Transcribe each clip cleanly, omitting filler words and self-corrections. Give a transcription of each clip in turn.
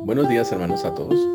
Buenos días, hermanos, a todos.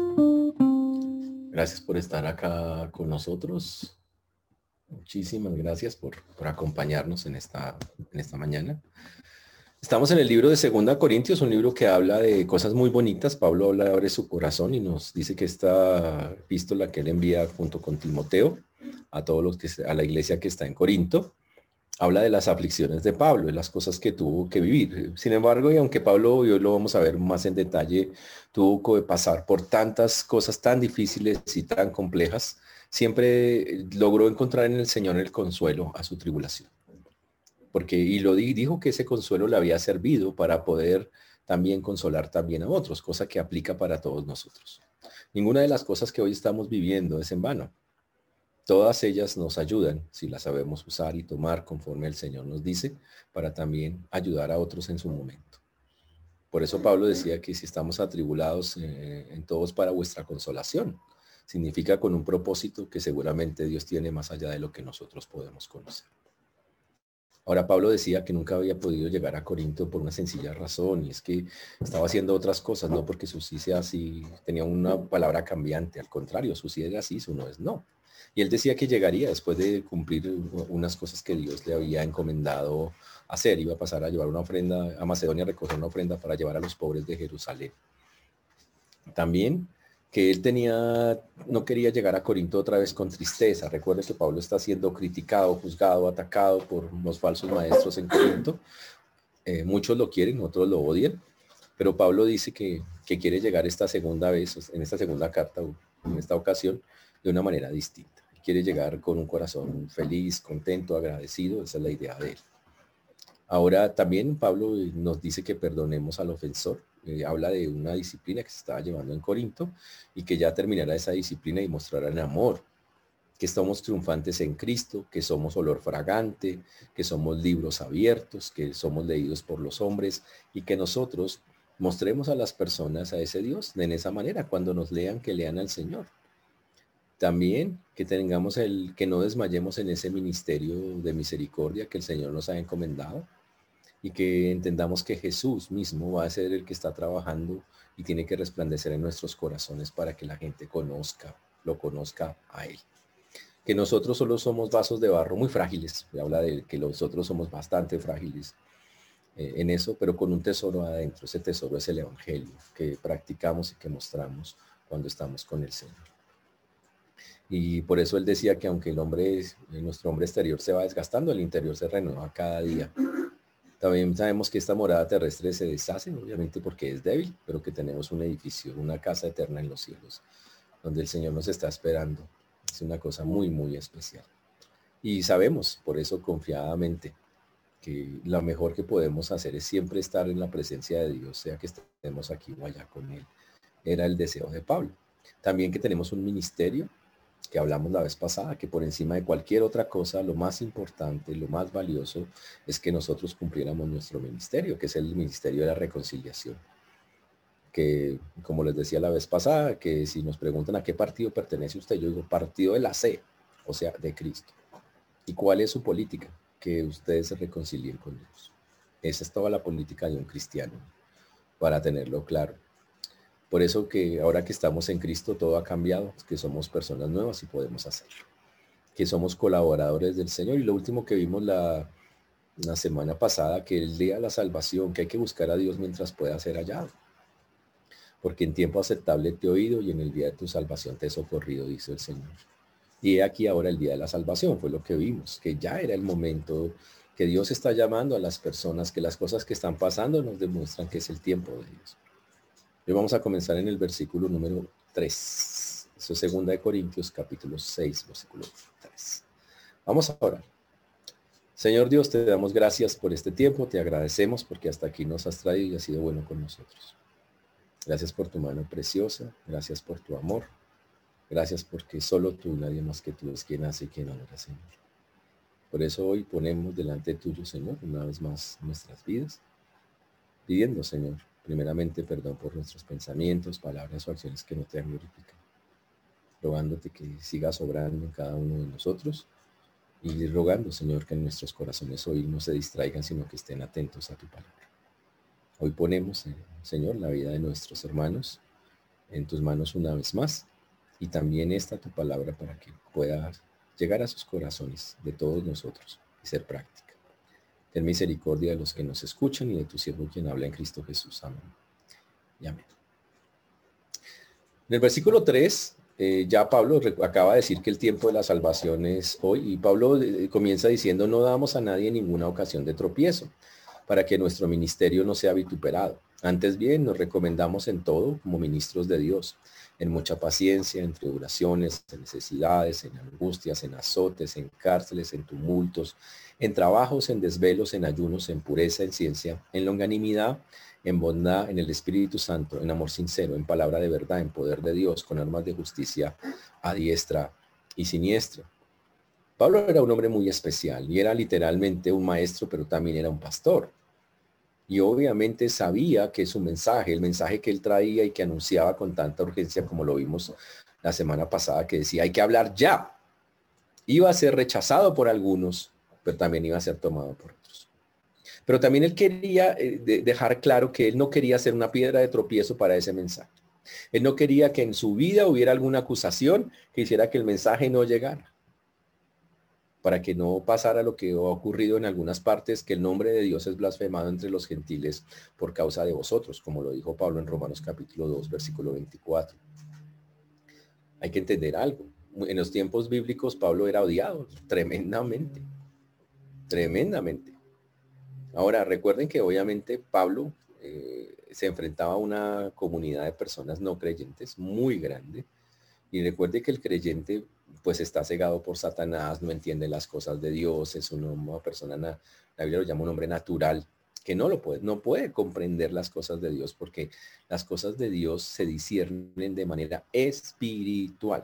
Gracias por estar acá con nosotros. Muchísimas gracias por acompañarnos en esta mañana. Estamos en el libro de Segunda Corintios, un libro que habla de cosas muy bonitas. Pablo habla, abre su corazón y nos dice que esta epístola que él envía junto con Timoteo a todos los que a la iglesia que está en Corinto, habla de las aflicciones de Pablo, de las cosas que tuvo que vivir. Sin embargo, y aunque Pablo, y hoy lo vamos a ver más en detalle, tuvo que pasar por tantas cosas tan difíciles y tan complejas, siempre logró encontrar en el Señor el consuelo a su tribulación. Porque, y dijo que ese consuelo le había servido para poder también consolar también a otros, cosa que aplica para todos nosotros. Ninguna de las cosas que hoy estamos viviendo es en vano. Todas ellas nos ayudan, si las sabemos usar y tomar conforme el Señor nos dice, para también ayudar a otros en su momento. Por eso Pablo decía que si estamos atribulados en todos para vuestra consolación, significa con un propósito que seguramente Dios tiene más allá de lo que nosotros podemos conocer. Ahora Pablo decía que nunca había podido llegar a Corinto por una sencilla razón, y es que estaba haciendo otras cosas, no porque su sí sea así, tenía una palabra cambiante, al contrario, su sí era sí, su no es no. Y él decía que llegaría después de cumplir unas cosas que Dios le había encomendado hacer. Iba a pasar a llevar una ofrenda a Macedonia, a recoger una ofrenda para llevar a los pobres de Jerusalén. También que él no quería llegar a Corinto otra vez con tristeza. Recuerde que Pablo está siendo criticado, juzgado, atacado por los falsos maestros en Corinto. Muchos lo quieren, otros lo odian, pero Pablo dice que quiere llegar esta segunda vez, en esta segunda carta, en esta ocasión, de una manera distinta. Quiere llegar con un corazón feliz, contento, agradecido. Esa es la idea de él. Ahora también Pablo nos dice que perdonemos al ofensor. Habla de una disciplina que se estaba llevando en Corinto y que ya terminará esa disciplina y mostrará el amor, que somos triunfantes en Cristo, que somos olor fragante, que somos libros abiertos, que somos leídos por los hombres y que nosotros mostremos a las personas a ese Dios en esa manera, cuando nos lean, que lean al Señor. También que tengamos que no desmayemos en ese ministerio de misericordia que el Señor nos ha encomendado, y que entendamos que Jesús mismo va a ser el que está trabajando y tiene que resplandecer en nuestros corazones para que la gente lo conozca a Él. Que nosotros solo somos vasos de barro muy frágiles. Se habla de que nosotros somos bastante frágiles en eso, pero con un tesoro adentro. Ese tesoro es el Evangelio que practicamos y que mostramos cuando estamos con el Señor. Y por eso él decía que aunque nuestro hombre exterior se va desgastando, el interior se renueva cada día. También sabemos que esta morada terrestre se deshace, obviamente porque es débil, pero que tenemos un edificio, una casa eterna en los cielos, donde el Señor nos está esperando. Es una cosa muy, muy especial. Y sabemos, por eso confiadamente, que lo mejor que podemos hacer es siempre estar en la presencia de Dios, sea que estemos aquí o allá con Él. Era el deseo de Pablo. También que tenemos un ministerio, que hablamos la vez pasada, que por encima de cualquier otra cosa, lo más importante, lo más valioso, es que nosotros cumpliéramos nuestro ministerio, que es el ministerio de la reconciliación. Que, como les decía la vez pasada, que si nos preguntan a qué partido pertenece usted, yo digo partido de la C, o sea, de Cristo. ¿Y cuál es su política? Que ustedes se reconcilien con Dios. Esa es toda la política de un cristiano, para tenerlo claro. Por eso que ahora que estamos en Cristo todo ha cambiado, que somos personas nuevas y podemos hacerlo. Que somos colaboradores del Señor. Y lo último que vimos la semana pasada, que el día de la salvación, que hay que buscar a Dios mientras pueda ser hallado. Porque en tiempo aceptable te he oído y en el día de tu salvación te he socorrido, dice el Señor. Y he aquí ahora el día de la salvación, fue lo que vimos, que ya era el momento, que Dios está llamando a las personas, que las cosas que están pasando nos demuestran que es el tiempo de Dios. Hoy vamos a comenzar en el versículo número 3. Eso es 2 de Corintios, capítulo 6, versículo 3. Vamos a orar. Señor Dios, te damos gracias por este tiempo, te agradecemos porque hasta aquí nos has traído y has sido bueno con nosotros. Gracias por tu mano preciosa, gracias por tu amor, gracias porque solo tú, nadie más que tú, es quien hace y quien honra, Señor. Por eso hoy ponemos delante tuyo, Señor, una vez más nuestras vidas, pidiendo, Señor, primeramente perdón por nuestros pensamientos, palabras o acciones que no te han glorificado, rogándote que sigas obrando en cada uno de nosotros y rogando, Señor, que en nuestros corazones hoy no se distraigan, sino que estén atentos a tu palabra. Hoy ponemos, Señor, la vida de nuestros hermanos, en tus manos una vez más. Y también esta tu palabra para que pueda llegar a sus corazones de todos nosotros y ser práctica. Ten misericordia de los que nos escuchan y de tu siervo quien habla en Cristo Jesús. Amén. Y amén. En el versículo 3, ya Pablo acaba de decir que el tiempo de la salvación es hoy, y Pablo comienza diciendo: no damos a nadie ninguna ocasión de tropiezo, para que nuestro ministerio no sea vituperado. Antes bien, nos recomendamos en todo como ministros de Dios, en mucha paciencia, en tribulaciones, en necesidades, en angustias, en azotes, en cárceles, en tumultos, en trabajos, en desvelos, en ayunos, en pureza, en ciencia, en longanimidad, en bondad, en el Espíritu Santo, en amor sincero, en palabra de verdad, en poder de Dios, con armas de justicia a diestra y siniestra. Pablo era un hombre muy especial y era literalmente un maestro, pero también era un pastor. Y obviamente sabía que su mensaje, el mensaje que él traía y que anunciaba con tanta urgencia, como lo vimos la semana pasada, que decía: hay que hablar ya, iba a ser rechazado por algunos, pero también iba a ser tomado por otros. Pero también él quería dejar claro que él no quería ser una piedra de tropiezo para ese mensaje. Él no quería que en su vida hubiera alguna acusación que hiciera que el mensaje no llegara, para que no pasara lo que ha ocurrido en algunas partes, que el nombre de Dios es blasfemado entre los gentiles por causa de vosotros, como lo dijo Pablo en Romanos capítulo 2, versículo 24. Hay que entender algo. En los tiempos bíblicos Pablo era odiado tremendamente, tremendamente. Ahora, recuerden que obviamente Pablo se enfrentaba a una comunidad de personas no creyentes muy grande. Y recuerde que el creyente pues está cegado por Satanás, no entiende las cosas de Dios, es una persona, la Biblia lo llama un hombre natural, que no puede comprender las cosas de Dios, porque las cosas de Dios se disciernen de manera espiritual.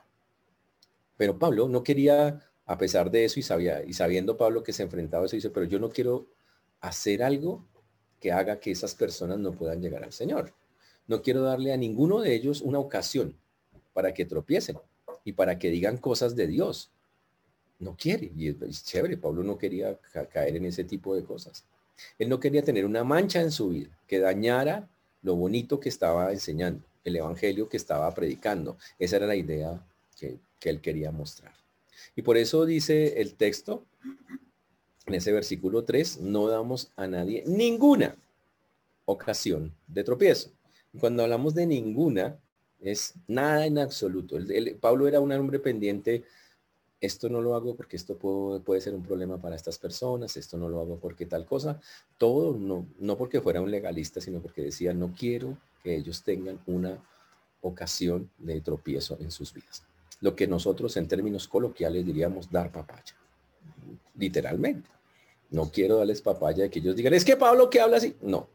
Pero Pablo no quería, a pesar de eso, y sabiendo Pablo que se enfrentaba a eso, dice: pero yo no quiero hacer algo que haga que esas personas no puedan llegar al Señor. No quiero darle a ninguno de ellos una ocasión para que tropiecen y para que digan cosas de Dios. No quiere, y es chévere. Pablo no quería caer en ese tipo de cosas. Él no quería tener una mancha en su vida que dañara lo bonito que estaba enseñando, el evangelio que estaba predicando. Esa era la idea que él quería mostrar. Y por eso dice el texto, en ese versículo 3, no damos a nadie ninguna ocasión de tropiezo. Y cuando hablamos de ninguna, es nada en absoluto. Pablo era un hombre pendiente: esto no lo hago porque esto puede ser un problema para estas personas, esto no lo hago porque tal cosa. Todo no porque fuera un legalista, sino porque decía: no quiero que ellos tengan una ocasión de tropiezo en sus vidas. Lo que nosotros en términos coloquiales diríamos dar papaya. Literalmente. No quiero darles papaya de que ellos digan: es que Pablo que habla así. No.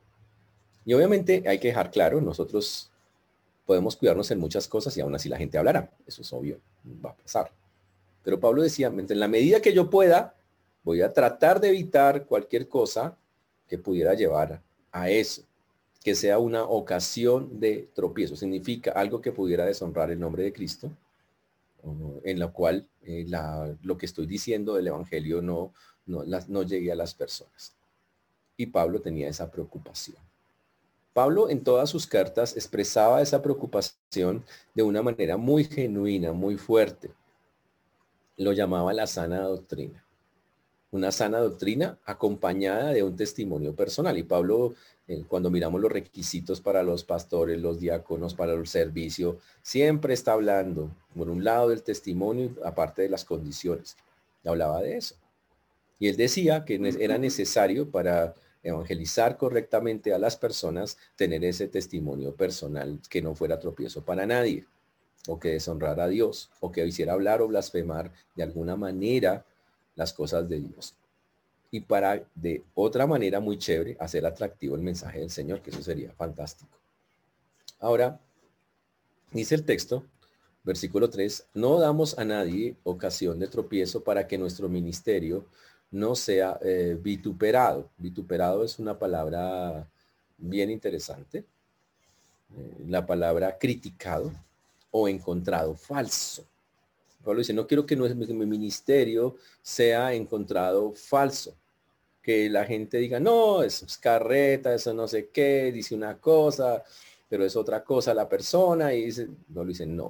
Y obviamente hay que dejar claro, nosotros podemos cuidarnos en muchas cosas y aún así la gente hablará. Eso es obvio, va a pasar. Pero Pablo decía: en la medida que yo pueda, voy a tratar de evitar cualquier cosa que pudiera llevar a eso, que sea una ocasión de tropiezo. Significa algo que pudiera deshonrar el nombre de Cristo, en la cual lo que estoy diciendo del Evangelio no llegue a las personas. Y Pablo tenía esa preocupación. Pablo en todas sus cartas expresaba esa preocupación de una manera muy genuina, muy fuerte. Lo llamaba la sana doctrina. Una sana doctrina acompañada de un testimonio personal. Y Pablo, cuando miramos los requisitos para los pastores, los diáconos, para el servicio, siempre está hablando, por un lado, del testimonio, aparte de las condiciones. Hablaba de eso. Y él decía que era necesario para evangelizar correctamente a las personas tener ese testimonio personal que no fuera tropiezo para nadie, o que deshonrara a Dios, o que hiciera hablar o blasfemar de alguna manera las cosas de Dios. Y para, de otra manera muy chévere, hacer atractivo el mensaje del Señor, que eso sería fantástico. Ahora, dice el texto, versículo 3, no damos a nadie ocasión de tropiezo para que nuestro ministerio no sea vituperado. Vituperado es una palabra bien interesante. La palabra criticado o encontrado falso. Pablo dice: no quiero que mi ministerio sea encontrado falso. Que la gente diga: no, eso es carreta, eso no sé qué, dice una cosa, pero es otra cosa la persona y dice, no le dicen,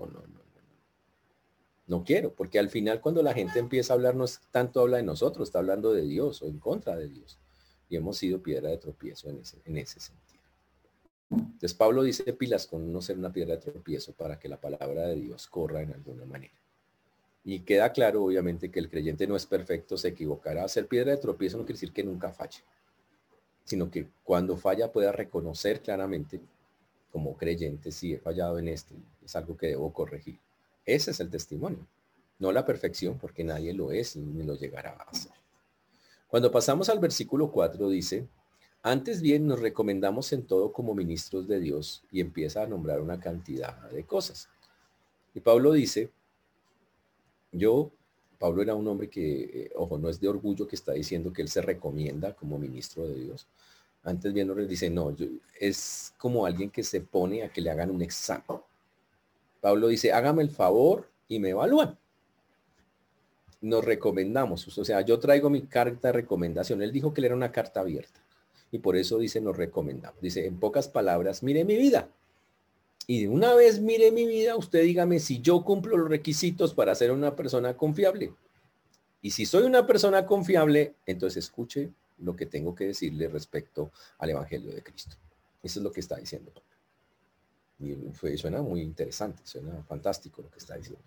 no quiero, porque al final cuando la gente empieza a hablar no es tanto habla de nosotros, está hablando de Dios o en contra de Dios. Y hemos sido piedra de tropiezo en ese sentido. Entonces Pablo dice pilas con no ser una piedra de tropiezo para que la palabra de Dios corra en alguna manera. Y queda claro, obviamente, que el creyente no es perfecto, se equivocará. Ser piedra de tropiezo no quiere decir que nunca falle, sino que cuando falla pueda reconocer claramente como creyente, sí, he fallado en esto, es algo que debo corregir. Ese es el testimonio, no la perfección, porque nadie lo es ni lo llegará a hacer. Cuando pasamos al versículo 4 dice, antes bien nos recomendamos en todo como ministros de Dios, y empieza a nombrar una cantidad de cosas. Y Pablo dice, Pablo era un hombre que, ojo, no es de orgullo que está diciendo que él se recomienda como ministro de Dios. Antes bien nos dice, no, es como alguien que se pone a que le hagan un examen. Pablo dice, hágame el favor y me evalúan. Nos recomendamos, o sea, yo traigo mi carta de recomendación. Él dijo que él era una carta abierta y por eso dice, nos recomendamos. Dice, en pocas palabras, mire mi vida. Y de una vez mire mi vida, usted dígame si yo cumplo los requisitos para ser una persona confiable. Y si soy una persona confiable, entonces escuche lo que tengo que decirle respecto al Evangelio de Cristo. Eso es lo que está diciendo. Y suena muy interesante, suena fantástico lo que está diciendo.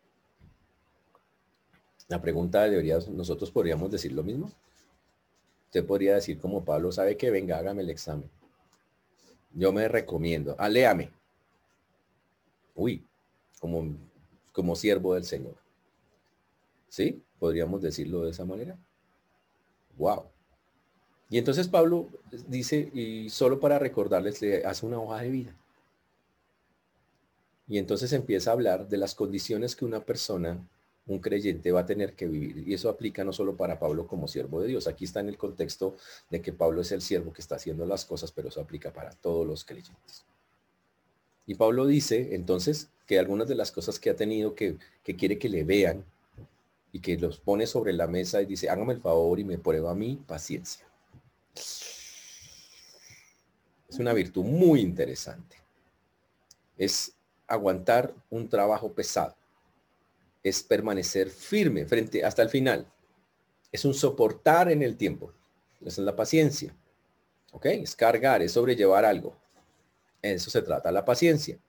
La pregunta nosotros podríamos decir lo mismo. Usted podría decir como Pablo, ¿sabe qué? Venga, hágame el examen. Yo me recomiendo. Léame. Uy, como siervo del Señor. ¿Sí? Podríamos decirlo de esa manera. Wow. Y entonces Pablo dice, y solo para recordarles, le hace una hoja de vida. Y entonces empieza a hablar de las condiciones que una persona, un creyente, va a tener que vivir. Y eso aplica no solo para Pablo como siervo de Dios. Aquí está en el contexto de que Pablo es el siervo que está haciendo las cosas, pero eso aplica para todos los creyentes. Y Pablo dice entonces que algunas de las cosas que ha tenido que quiere que le vean y que los pone sobre la mesa y dice, hágame el favor y me prueba mi paciencia. Es una virtud muy interesante. Es aguantar un trabajo pesado. Es permanecer firme hasta el final. Es un soportar en el tiempo. Esa es la paciencia. ¿Ok? Es cargar, es sobrellevar algo. Eso se trata la paciencia.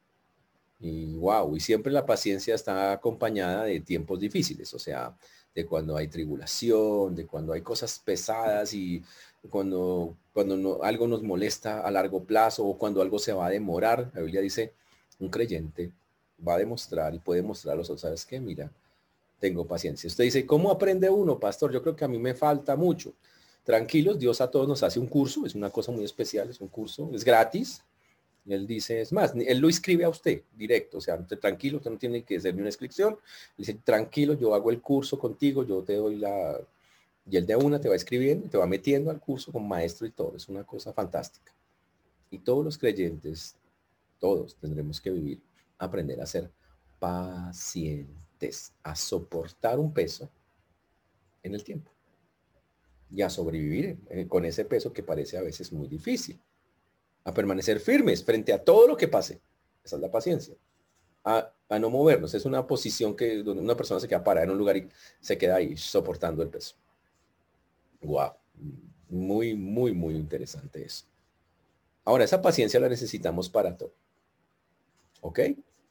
Y wow, y siempre la paciencia está acompañada de tiempos difíciles, o sea, de cuando hay tribulación, de cuando hay cosas pesadas y cuando algo nos molesta a largo plazo o cuando algo se va a demorar. La Biblia dice, un creyente va a demostrar y puede mostrar a los otros, ¿sabes qué? Mira, tengo paciencia. Usted dice, ¿cómo aprende uno, pastor? Yo creo que a mí me falta mucho. Tranquilos, Dios a todos nos hace un curso, es una cosa muy especial, es un curso, es gratis. Él dice, es más, él lo escribe a usted directo, o sea, tranquilo, usted no tiene que hacer ni una inscripción. Él dice, tranquilo, yo hago el curso contigo, yo te doy y él de una te va escribiendo, te va metiendo al curso con maestro y todo, es una cosa fantástica. Y todos los creyentes, todos tendremos que vivir, aprender a ser pacientes, a soportar un peso en el tiempo y a sobrevivir con ese peso que parece a veces muy difícil. A permanecer firmes frente a todo lo que pase. Esa es la paciencia. A no movernos. Es una posición donde una persona se queda parada en un lugar y se queda ahí soportando el peso. Wow. Muy, muy, muy interesante eso. Ahora, esa paciencia la necesitamos para todo. ¿Ok?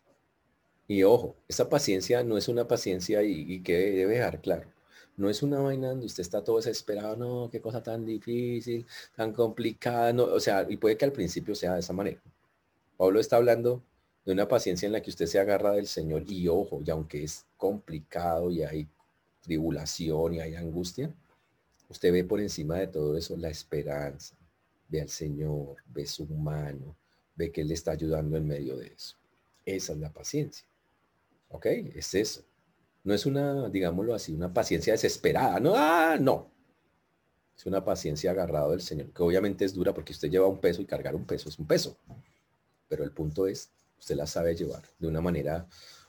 Y ojo, esa paciencia no es una paciencia y que debe dejar claro. No es una vaina donde usted está todo desesperado, no, qué cosa tan difícil, tan complicada, no, o sea, y puede que al principio sea de esa manera. Pablo está hablando de una paciencia en la que usted se agarra del Señor y ojo, y aunque es complicado y hay tribulación y hay angustia, usted ve por encima de todo eso la esperanza, ve al Señor, ve su mano, ve que Él le está ayudando en medio de eso. Esa es la paciencia. ¿Ok? Es eso. No es una, digámoslo así, una paciencia desesperada. No, no. Es una paciencia agarrado del Señor, que obviamente es dura porque usted lleva un peso y cargar un peso es un peso. Pero el punto es, usted la sabe llevar de una manera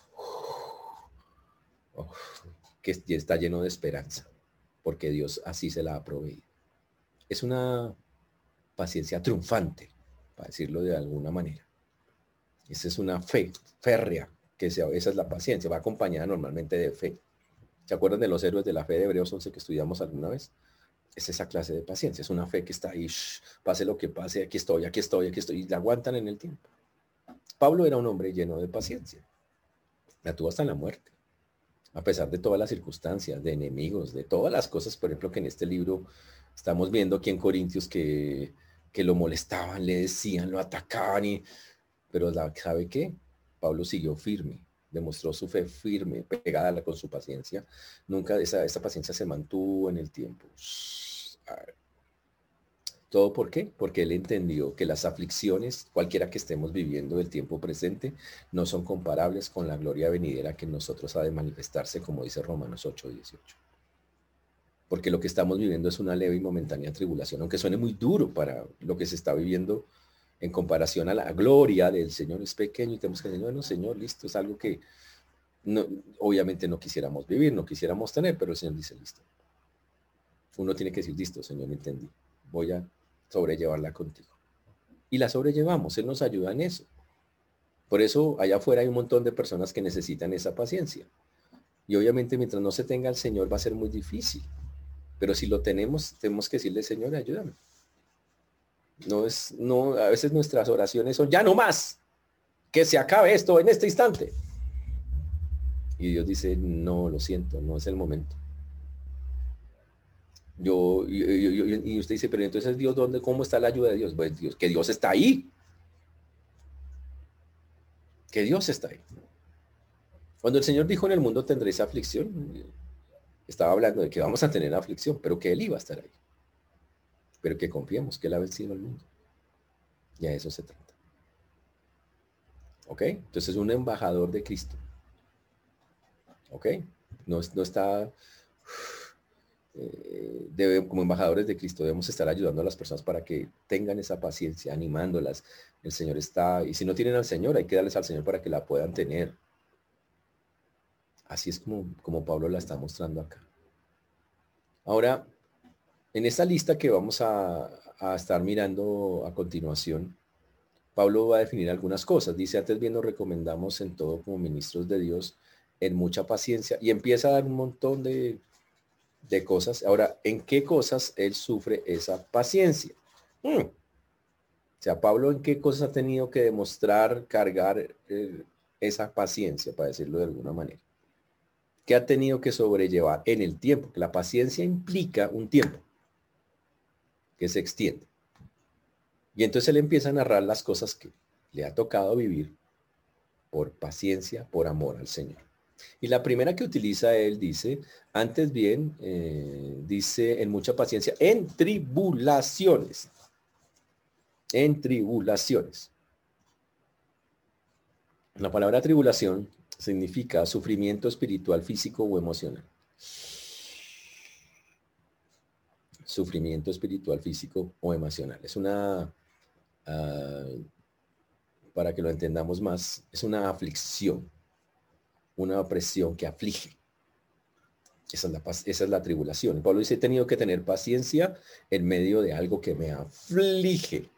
que está lleno de esperanza, porque Dios así se la ha proveído. Es una paciencia triunfante, para decirlo de alguna manera. Esa es una fe férrea, esa es la paciencia, va acompañada normalmente de fe. ¿Se acuerdan de los héroes de la fe de Hebreos 11 que estudiamos alguna vez? Es esa clase de paciencia, es una fe que está ahí, pase lo que pase, aquí estoy, aquí estoy, aquí estoy, y la aguantan en el tiempo. Pablo era un hombre lleno de paciencia, la tuvo hasta en la muerte, a pesar de todas las circunstancias, de enemigos, de todas las cosas, por ejemplo, que en este libro estamos viendo aquí en Corintios que lo molestaban, le decían, lo atacaban, pero ¿sabe qué? Pablo siguió firme, demostró su fe firme, pegada con su paciencia. Nunca esa paciencia se mantuvo en el tiempo. ¿Todo por qué? Porque él entendió que las aflicciones, cualquiera que estemos viviendo del tiempo presente, no son comparables con la gloria venidera que en nosotros ha de manifestarse, como dice Romanos 8:18. Porque lo que estamos viviendo es una leve y momentánea tribulación, aunque suene muy duro para lo que se está viviendo en comparación a la gloria del Señor. Es pequeño y tenemos que decir, bueno, Señor, listo, es algo que no, obviamente no quisiéramos vivir, no quisiéramos tener, pero el Señor dice, listo. Uno tiene que decir, listo, Señor, entendí, voy a sobrellevarla contigo. Y la sobrellevamos, Él nos ayuda en eso. Por eso allá afuera hay un montón de personas que necesitan esa paciencia. Y obviamente mientras no se tenga el Señor va a ser muy difícil. Pero si lo tenemos, tenemos que decirle, Señor, ayúdame. A veces nuestras oraciones son, ya no más, que se acabe esto en este instante. Y Dios dice, no, lo siento, no es el momento. Y usted dice, pero entonces Dios, ¿dónde, cómo está la ayuda de Dios? Pues Dios, que Dios está ahí. Que Dios está ahí. Cuando el Señor dijo, en el mundo tendréis aflicción, estaba hablando de que vamos a tener aflicción, pero que Él iba a estar ahí. Pero que confiemos que Él ha vencido al mundo. Y a eso se trata. ¿Ok? Entonces es un embajador de Cristo. ¿Ok? No está... como embajadores de Cristo debemos estar ayudando a las personas para que tengan esa paciencia, animándolas. El Señor está, y si no tienen al Señor, hay que darles al Señor para que la puedan tener. Así es como Pablo la está mostrando acá. Ahora, en esta lista que vamos a estar mirando a continuación, Pablo va a definir algunas cosas. Dice, antes bien nos recomendamos en todo como ministros de Dios, en mucha paciencia, y empieza a dar un montón de cosas. Ahora, ¿en qué cosas él sufre esa paciencia? O sea, Pablo, ¿en qué cosas ha tenido que demostrar, cargar esa paciencia, para decirlo de alguna manera? ¿Qué ha tenido que sobrellevar en el tiempo? Que la paciencia implica un tiempo que se extiende. Y entonces él empieza a narrar las cosas que le ha tocado vivir por paciencia, por amor al Señor. Y la primera que utiliza él dice, antes bien, dice en mucha paciencia, en tribulaciones. En tribulaciones. La palabra tribulación significa sufrimiento espiritual, físico o emocional. Sufrimiento espiritual, físico o emocional. Es una, para que lo entendamos más, es una aflicción, una opresión que aflige. Esa es la tribulación. Pablo dice, he tenido que tener paciencia en medio de algo que me aflige.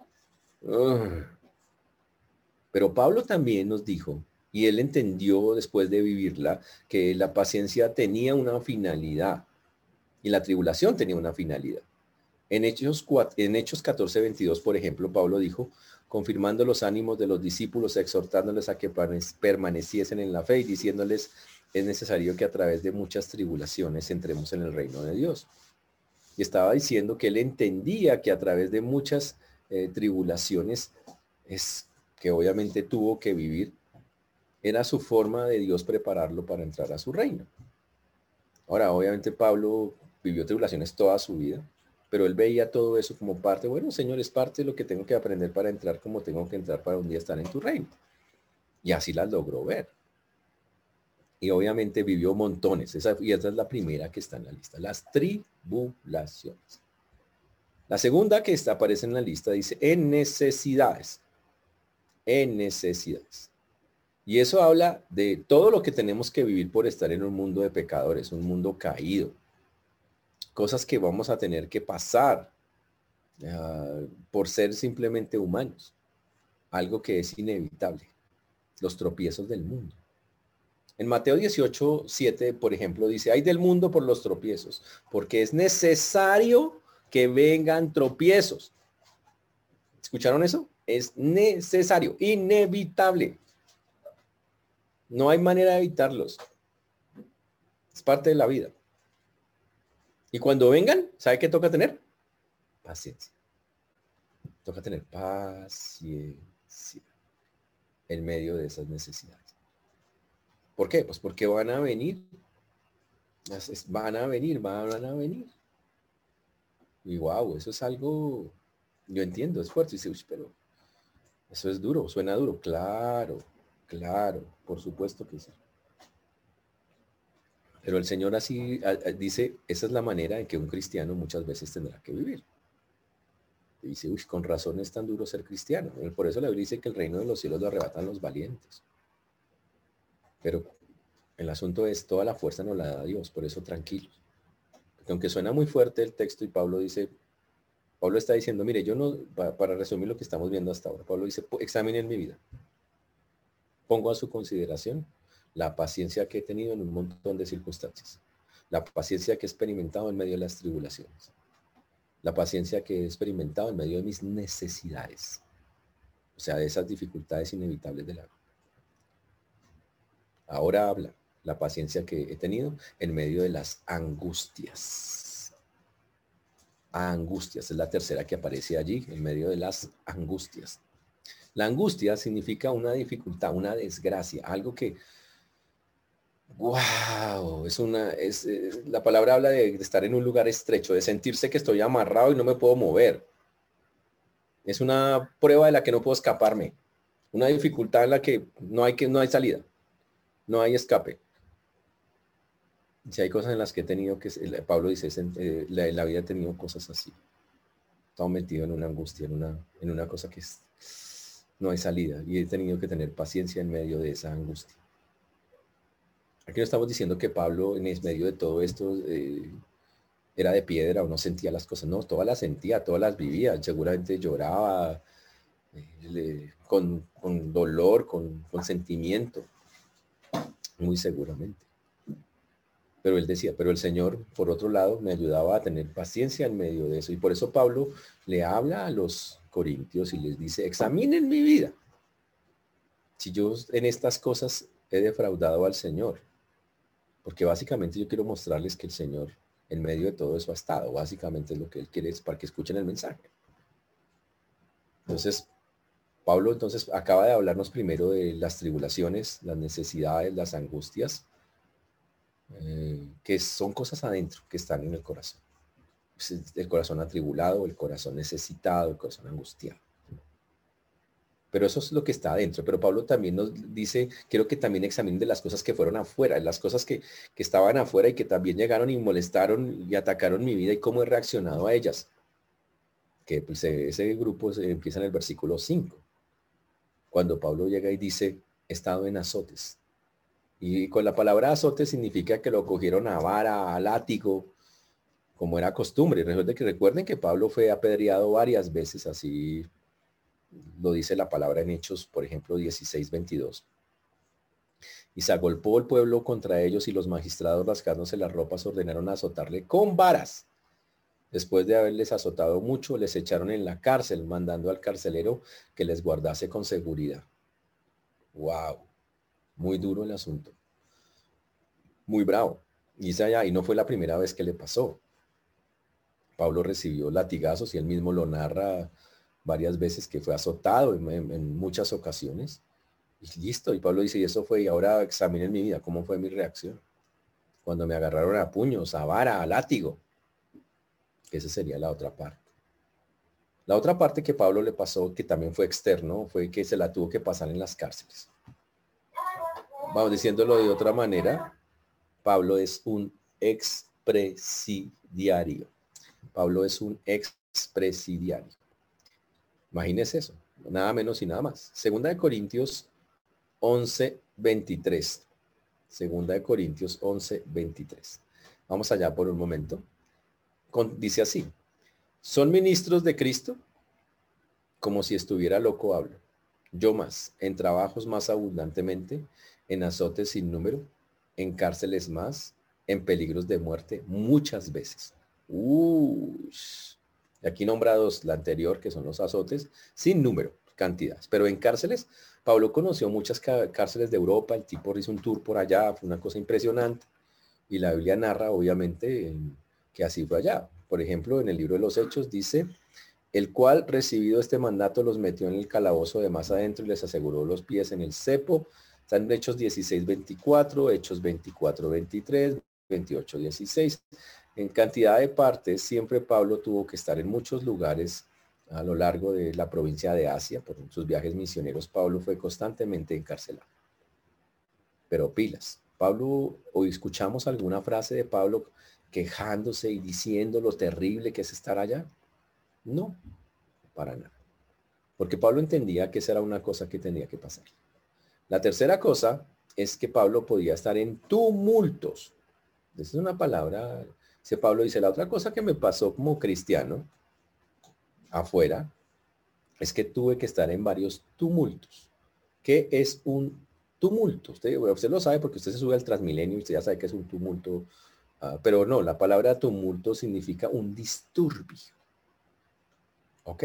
Pero Pablo también nos dijo, y él entendió después de vivirla, que la paciencia tenía una finalidad y la tribulación tenía una finalidad. En Hechos 14:22, por ejemplo, Pablo dijo, confirmando los ánimos de los discípulos, exhortándoles a que permaneciesen en la fe y diciéndoles, es necesario que a través de muchas tribulaciones entremos en el reino de Dios. Y estaba diciendo que él entendía que a través de muchas tribulaciones, es que obviamente tuvo que vivir, era su forma de Dios prepararlo para entrar a su reino. Ahora, obviamente Pablo vivió tribulaciones toda su vida, pero él veía todo eso como parte, bueno, Señor, es parte de lo que tengo que aprender para entrar como tengo que entrar para un día estar en tu reino. Y así las logró ver. Y obviamente vivió montones. Y esa es la primera que está en la lista, las tribulaciones. La segunda que aparece en la lista dice, en necesidades. En necesidades. Y eso habla de todo lo que tenemos que vivir por estar en un mundo de pecadores, un mundo caído. Cosas que vamos a tener que pasar. por ser simplemente humanos, algo que es inevitable, los tropiezos del mundo. En Mateo 18:7, por ejemplo, dice, hay del mundo por los tropiezos, porque es necesario que vengan tropiezos. ¿Escucharon eso? Es necesario, inevitable. No hay manera de evitarlos. Es parte de la vida. Y cuando vengan, ¿sabe qué toca tener? Paciencia. Toca tener paciencia en medio de esas necesidades. ¿Por qué? Pues porque van a venir. Van a venir. Y wow, eso es algo, yo entiendo, es fuerte. Dice, pero eso es duro, suena duro. Claro, claro, por supuesto que sí. Pero el Señor así dice, esa es la manera en que un cristiano muchas veces tendrá que vivir. Y dice, uy, con razón es tan duro ser cristiano. Por eso la Biblia dice que el reino de los cielos lo arrebatan los valientes. Pero el asunto es, toda la fuerza nos la da Dios, por eso tranquilos. Porque aunque suena muy fuerte el texto y Pablo está diciendo, mire, yo no, para resumir lo que estamos viendo hasta ahora, Pablo dice, examinen mi vida. Pongo a su consideración la paciencia que he tenido en un montón de circunstancias. La paciencia que he experimentado en medio de las tribulaciones. La paciencia que he experimentado en medio de mis necesidades. O sea, de esas dificultades inevitables de la vida. Ahora habla la paciencia que he tenido en medio de las angustias. Angustias es la tercera que aparece allí, en medio de las angustias. La angustia significa una dificultad, una desgracia, algo que, wow, la palabra habla de estar en un lugar estrecho, de sentirse que estoy amarrado y no me puedo mover. Es una prueba de la que no puedo escaparme, una dificultad en la que no hay salida, no hay escape. Si hay cosas en las que he tenido que, Pablo dice, la vida he tenido cosas así. He estado metido en una angustia, en una cosa que no hay salida y he tenido que tener paciencia en medio de esa angustia. Aquí no estamos diciendo que Pablo en medio de todo esto era de piedra o no sentía las cosas. No, todas las sentía, todas las vivía. Seguramente lloraba con dolor, con sentimiento. Muy seguramente. Pero él decía, pero el Señor, por otro lado, me ayudaba a tener paciencia en medio de eso. Y por eso Pablo le habla a los corintios y les dice, examinen mi vida. Si yo en estas cosas he defraudado al Señor. Porque básicamente yo quiero mostrarles que el Señor en medio de todo eso ha estado. Básicamente es lo que Él quiere, es para que escuchen el mensaje. Entonces, Pablo entonces acaba de hablarnos primero de las tribulaciones, las necesidades, las angustias, que son cosas adentro, que están en el corazón. El corazón atribulado, el corazón necesitado, el corazón angustiado. Pero eso es lo que está adentro. Pero Pablo también nos dice, quiero que también examinen de las cosas que fueron afuera, las cosas que estaban afuera y que también llegaron y molestaron y atacaron mi vida y cómo he reaccionado a ellas. Que pues, ese grupo empieza en el versículo 5. Cuando Pablo llega y dice, he estado en azotes. Y con la palabra azote significa que lo cogieron a vara, a látigo, como era costumbre. Recuerden que Pablo fue apedreado varias veces, así lo dice la palabra en Hechos, por ejemplo, 16:22. Y se agolpó el pueblo contra ellos y los magistrados, rasgándose las ropas, ordenaron azotarle con varas. Después de haberles azotado mucho, les echaron en la cárcel, mandando al carcelero que les guardase con seguridad. Wow, muy duro el asunto. Muy bravo. Y no fue la primera vez que le pasó. Pablo recibió latigazos y él mismo lo narra varias veces que fue azotado en muchas ocasiones. Y listo, y Pablo dice, y eso fue, y ahora examinen mi vida, ¿cómo fue mi reacción? Cuando me agarraron a puños, a vara, a látigo. Esa sería la otra parte. La otra parte que Pablo le pasó, que también fue externo, fue que se la tuvo que pasar en las cárceles. Vamos diciéndolo de otra manera, Pablo es un expresidiario. Pablo es un expresidiario. Imagínese eso, nada menos y nada más. Segunda de Corintios 11:23. Segunda de Corintios 11:23. Vamos allá por un momento. Dice así, Son ministros de Cristo, como si estuviera loco hablo. Yo más, en trabajos más abundantemente, en azotes sin número, en cárceles más, en peligros de muerte muchas veces. Aquí nombrados la anterior, que son los azotes, sin número, cantidades. Pero en cárceles, Pablo conoció muchas cárceles de Europa, el tipo hizo un tour por allá, fue una cosa impresionante. Y la Biblia narra, obviamente, que así fue allá. Por ejemplo, en el libro de los Hechos dice, el cual, recibido este mandato, los metió en el calabozo de más adentro y les aseguró los pies en el cepo. Están en Hechos 16:24, Hechos 24:23, 28:16. En cantidad de partes, siempre Pablo tuvo que estar en muchos lugares a lo largo de la provincia de Asia. Por sus viajes misioneros, Pablo fue constantemente encarcelado. Pero pilas. Pablo, hoy escuchamos alguna frase de Pablo quejándose y diciendo lo terrible que es estar allá. No, para nada. Porque Pablo entendía que esa era una cosa que tenía que pasar. La tercera cosa es que Pablo podía estar en tumultos. Esa es una palabra, Pablo dice, la otra cosa que me pasó como cristiano afuera es que tuve que estar en varios tumultos. ¿Qué es un tumulto? Usted lo sabe porque usted se sube al Transmilenio y usted ya sabe que es un tumulto. Pero no, la palabra tumulto significa un disturbio. ¿Ok?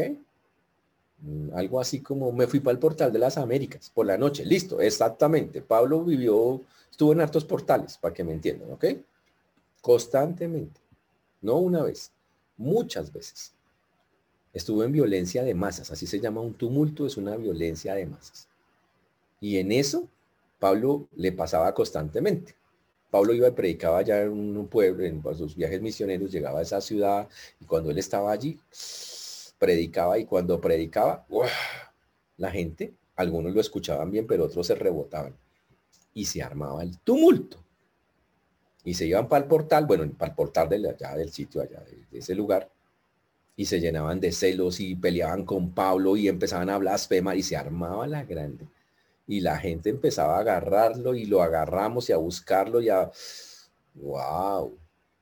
Algo así como me fui para el portal de las Américas por la noche. Listo, exactamente. Pablo estuvo en hartos portales, para que me entiendan, ¿ok? Constantemente. No una vez, muchas veces. Estuvo en violencia de masas, así se llama un tumulto, es una violencia de masas. Y en eso, Pablo le pasaba constantemente. Pablo iba y predicaba allá en un pueblo, en sus viajes misioneros, llegaba a esa ciudad y cuando él estaba allí, predicaba y cuando predicaba, ¡uah! La gente, algunos lo escuchaban bien, pero otros se rebotaban y se armaba el tumulto. Y se iban para el portal, bueno, para el portal allá del sitio, allá de ese lugar, y se llenaban de celos y peleaban con Pablo y empezaban a blasfemar y se armaba la grande. Y la gente empezaba a agarrarlo y lo agarramos y a buscarlo y a... ¡Wow!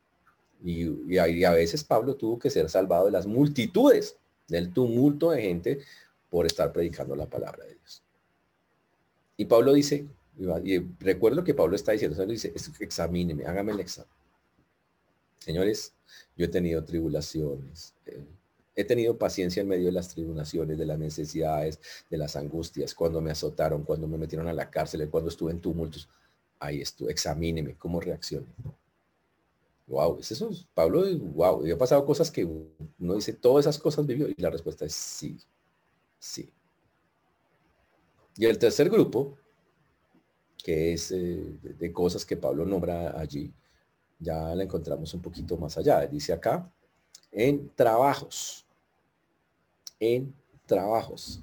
Y a veces Pablo tuvo que ser salvado de las multitudes, del tumulto de gente por estar predicando la palabra de Dios. Y Pablo dice, y recuerdo que Pablo está diciendo, dice, examíneme, hágame el examen. Señores, yo he tenido tribulaciones, he tenido paciencia en medio de las tribulaciones, de las necesidades, de las angustias, cuando me azotaron, cuando me metieron a la cárcel, cuando estuve en tumultos. Ahí estuve, examíneme, cómo reaccioné. Wow, es eso, Pablo, wow, yo he pasado cosas que uno dice, todas esas cosas vivió, y la respuesta es sí, sí. Y el tercer grupo, que es de cosas que Pablo nombra allí, ya la encontramos un poquito más allá. Dice acá, en trabajos, en trabajos.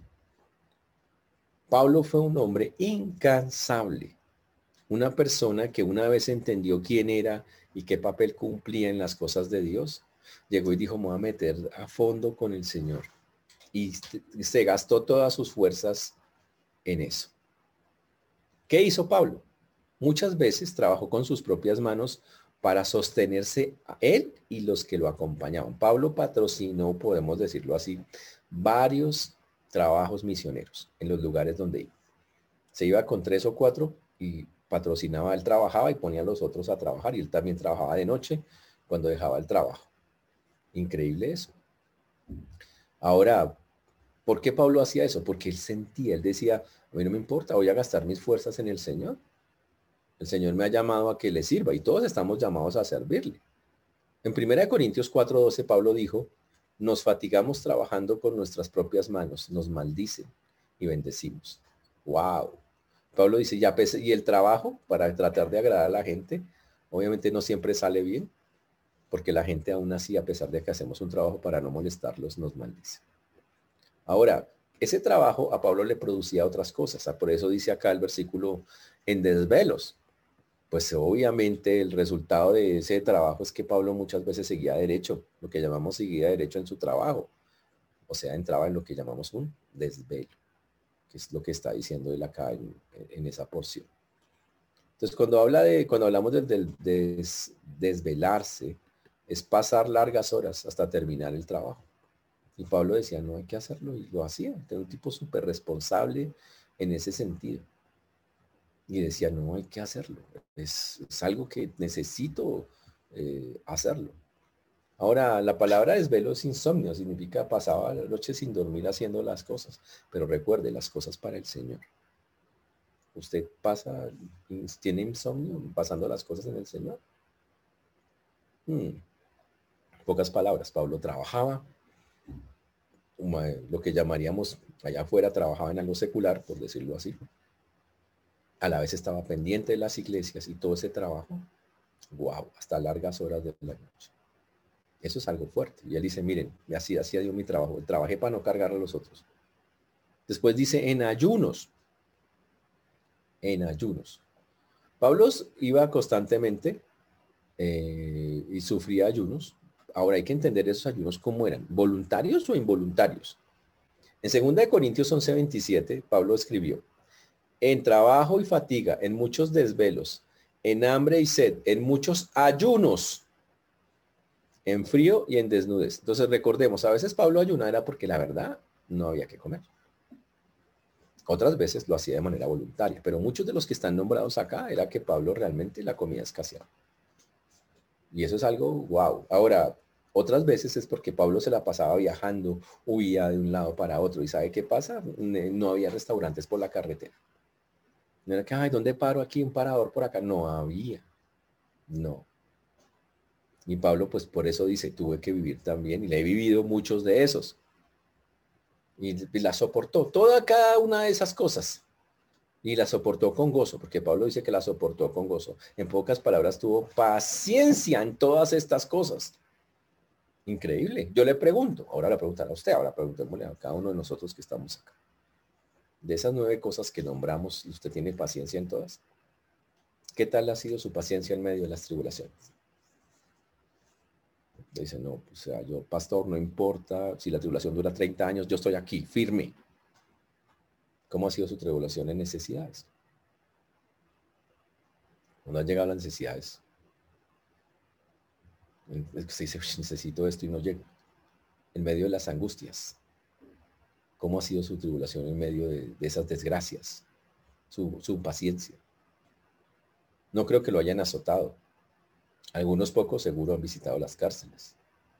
Pablo fue un hombre incansable, una persona que una vez entendió quién era y qué papel cumplía en las cosas de Dios, llegó y dijo, me voy a meter a fondo con el Señor. Y se gastó todas sus fuerzas en eso. ¿Qué hizo Pablo? Muchas veces trabajó con sus propias manos para sostenerse a él y los que lo acompañaban. Pablo patrocinó, podemos decirlo así, varios trabajos misioneros en los lugares donde iba. Se iba con 3 o 4 y patrocinaba, él trabajaba y ponía a los otros a trabajar y él también trabajaba de noche cuando dejaba el trabajo. Increíble eso. Ahora, ¿por qué Pablo hacía eso? Porque él sentía, él decía, a mí no me importa, voy a gastar mis fuerzas en el Señor. El Señor me ha llamado a que le sirva y todos estamos llamados a servirle. En 1 Corintios 4:12 Pablo dijo, nos fatigamos trabajando con nuestras propias manos, nos maldicen y bendecimos. Wow. Pablo dice, ya y el trabajo para tratar de agradar a la gente, obviamente no siempre sale bien, porque la gente aún así, a pesar de que hacemos un trabajo para no molestarlos, nos maldice. Ahora, ese trabajo a Pablo le producía otras cosas. Por eso dice acá el versículo, en desvelos. Pues obviamente el resultado de ese trabajo es que Pablo muchas veces seguía derecho, lo que llamamos seguía derecho en su trabajo. O sea, entraba en lo que llamamos un desvelo, que es lo que está diciendo él acá en esa porción. Entonces, cuando hablamos del desvelarse, es pasar largas horas hasta terminar el trabajo. Y Pablo decía, no hay que hacerlo, y lo hacía. Era un tipo súper responsable en ese sentido. Y decía, no hay que hacerlo. Es algo que necesito hacerlo. Ahora, la palabra desvelo es insomnio, significa pasaba la noche sin dormir haciendo las cosas. Pero recuerde, las cosas para el Señor. ¿Usted tiene insomnio pasando las cosas en el Señor? Pocas palabras, Pablo trabajaba, lo que llamaríamos allá afuera, trabajaba en algo secular, por decirlo así. A la vez estaba pendiente de las iglesias y todo ese trabajo, wow, hasta largas horas de la noche. Eso es algo fuerte. Y él dice, miren, así hacía yo mi trabajo. Trabajé para no cargar a los otros. Después dice, en ayunos. En ayunos. Pablo iba constantemente y sufría ayunos. Ahora hay que entender esos ayunos cómo eran, voluntarios o involuntarios. En 2 Corintios 11:27, Pablo escribió, en trabajo y fatiga, en muchos desvelos, en hambre y sed, en muchos ayunos, en frío y en desnudez. Entonces recordemos, a veces Pablo ayunaba era porque la verdad no había que comer. Otras veces lo hacía de manera voluntaria, pero muchos de los que están nombrados acá era que Pablo realmente la comida escaseaba. Y eso es algo wow. Ahora, otras veces es porque Pablo se la pasaba viajando, huía de un lado para otro. ¿Y sabe qué pasa? No había restaurantes por la carretera. No era que, ay, ¿dónde paro aquí? Un parador por acá. No había. No. Y Pablo, pues por eso dice, tuve que vivir también. Y le he vivido muchos de esos. Y la soportó. Cada una de esas cosas. Y la soportó con gozo, porque Pablo dice que la soportó con gozo. En pocas palabras, tuvo paciencia en todas estas cosas. Increíble. Yo le pregunto, ahora le preguntaré a usted, ahora preguntémosle a cada uno de nosotros que estamos acá. De esas 9 cosas que nombramos, ¿usted tiene paciencia en todas? ¿Qué tal ha sido su paciencia en medio de las tribulaciones? Dice, no, o sea, yo, pastor, no importa si la tribulación dura 30 años, yo estoy aquí, firme. ¿Cómo ha sido su tribulación en necesidades? Cuando han llegado las necesidades, usted dice, necesito esto y no llego. En medio de las angustias, ¿cómo ha sido su tribulación en medio de esas desgracias? Su paciencia. No creo que lo hayan azotado. Algunos pocos seguro han visitado las cárceles.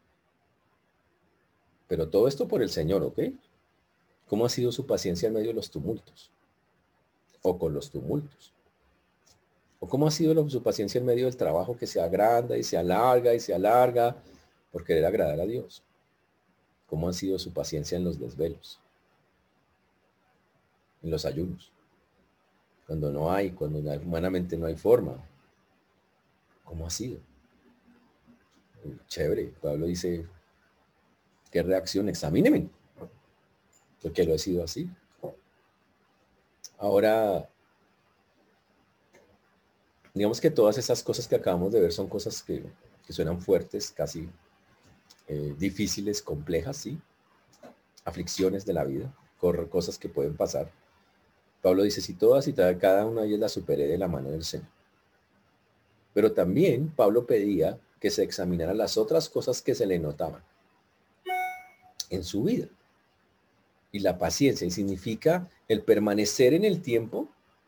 Pero todo esto por el Señor, ¿ok? ¿Cómo ha sido su paciencia en medio de los tumultos? O con los tumultos. ¿O cómo ha sido su paciencia en medio del trabajo que se agranda y se alarga por querer agradar a Dios? ¿Cómo ha sido su paciencia en los desvelos? En los ayunos. Cuando humanamente no hay forma. ¿Cómo ha sido? Chévere. Pablo dice, ¿qué reacción? Examíneme. Porque lo he sido así. Ahora, digamos que todas esas cosas que acabamos de ver son cosas que suenan fuertes, casi difíciles, complejas, ¿sí? Aflicciones de la vida, cosas que pueden pasar. Pablo dice, si todas y cada una de ellas las superé de la mano del Señor. Pero también Pablo pedía que se examinaran las otras cosas que se le notaban en su vida. Y la paciencia, y significa el permanecer en el tiempo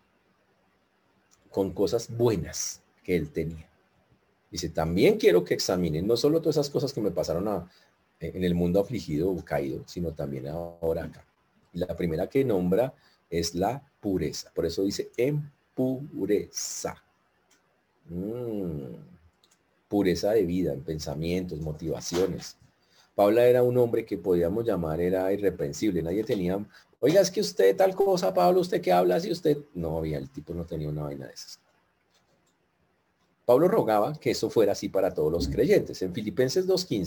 con cosas buenas que él tenía. Dice, también quiero que examinen no solo todas esas cosas que me pasaron en el mundo afligido o caído, sino también ahora acá. Y la primera que nombra es la pureza. Por eso dice en pureza. Pureza de vida, en pensamientos, motivaciones. Pablo era un hombre que podíamos llamar, era irreprensible. Nadie tenía, oiga, es que usted tal cosa, Pablo, usted que habla así, usted, no había, el tipo no tenía una vaina de esas. Pablo rogaba que eso fuera así para todos los creyentes. En Filipenses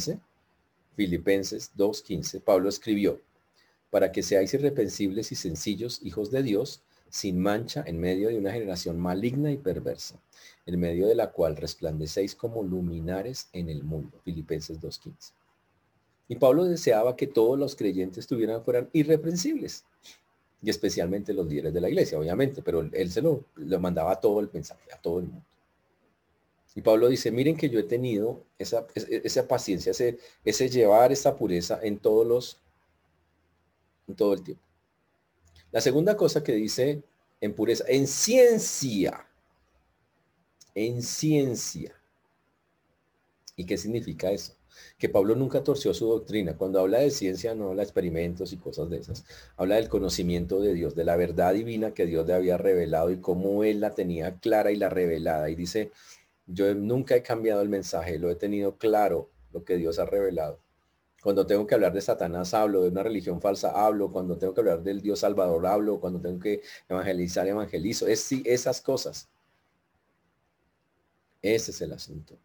2.15, Pablo escribió, para que seáis irreprensibles y sencillos, hijos de Dios, sin mancha en medio de una generación maligna y perversa, en medio de la cual resplandecéis como luminares en el mundo. Filipenses 2.15. Y Pablo deseaba que todos los creyentes fueran irreprensibles, y especialmente los líderes de la iglesia, obviamente, pero él lo mandaba a todo el mensaje, a todo el mundo. Y Pablo dice, miren que yo he tenido esa paciencia, ese llevar esta pureza en todo el tiempo. La segunda cosa que dice en pureza, en ciencia. En ciencia. ¿Y qué significa eso? Que Pablo nunca torció su doctrina. Cuando habla de ciencia no habla de experimentos y cosas de esas. Habla del conocimiento de Dios, de la verdad divina que Dios le había revelado y cómo él la tenía clara y la revelada. Y dice, yo nunca he cambiado el mensaje, lo he tenido claro, lo que Dios ha revelado. Cuando tengo que hablar de Satanás, hablo, de una religión falsa, hablo, cuando tengo que hablar del Dios Salvador, hablo, cuando tengo que evangelizar, evangelizo. Es sí, esas cosas. Ese es el asunto.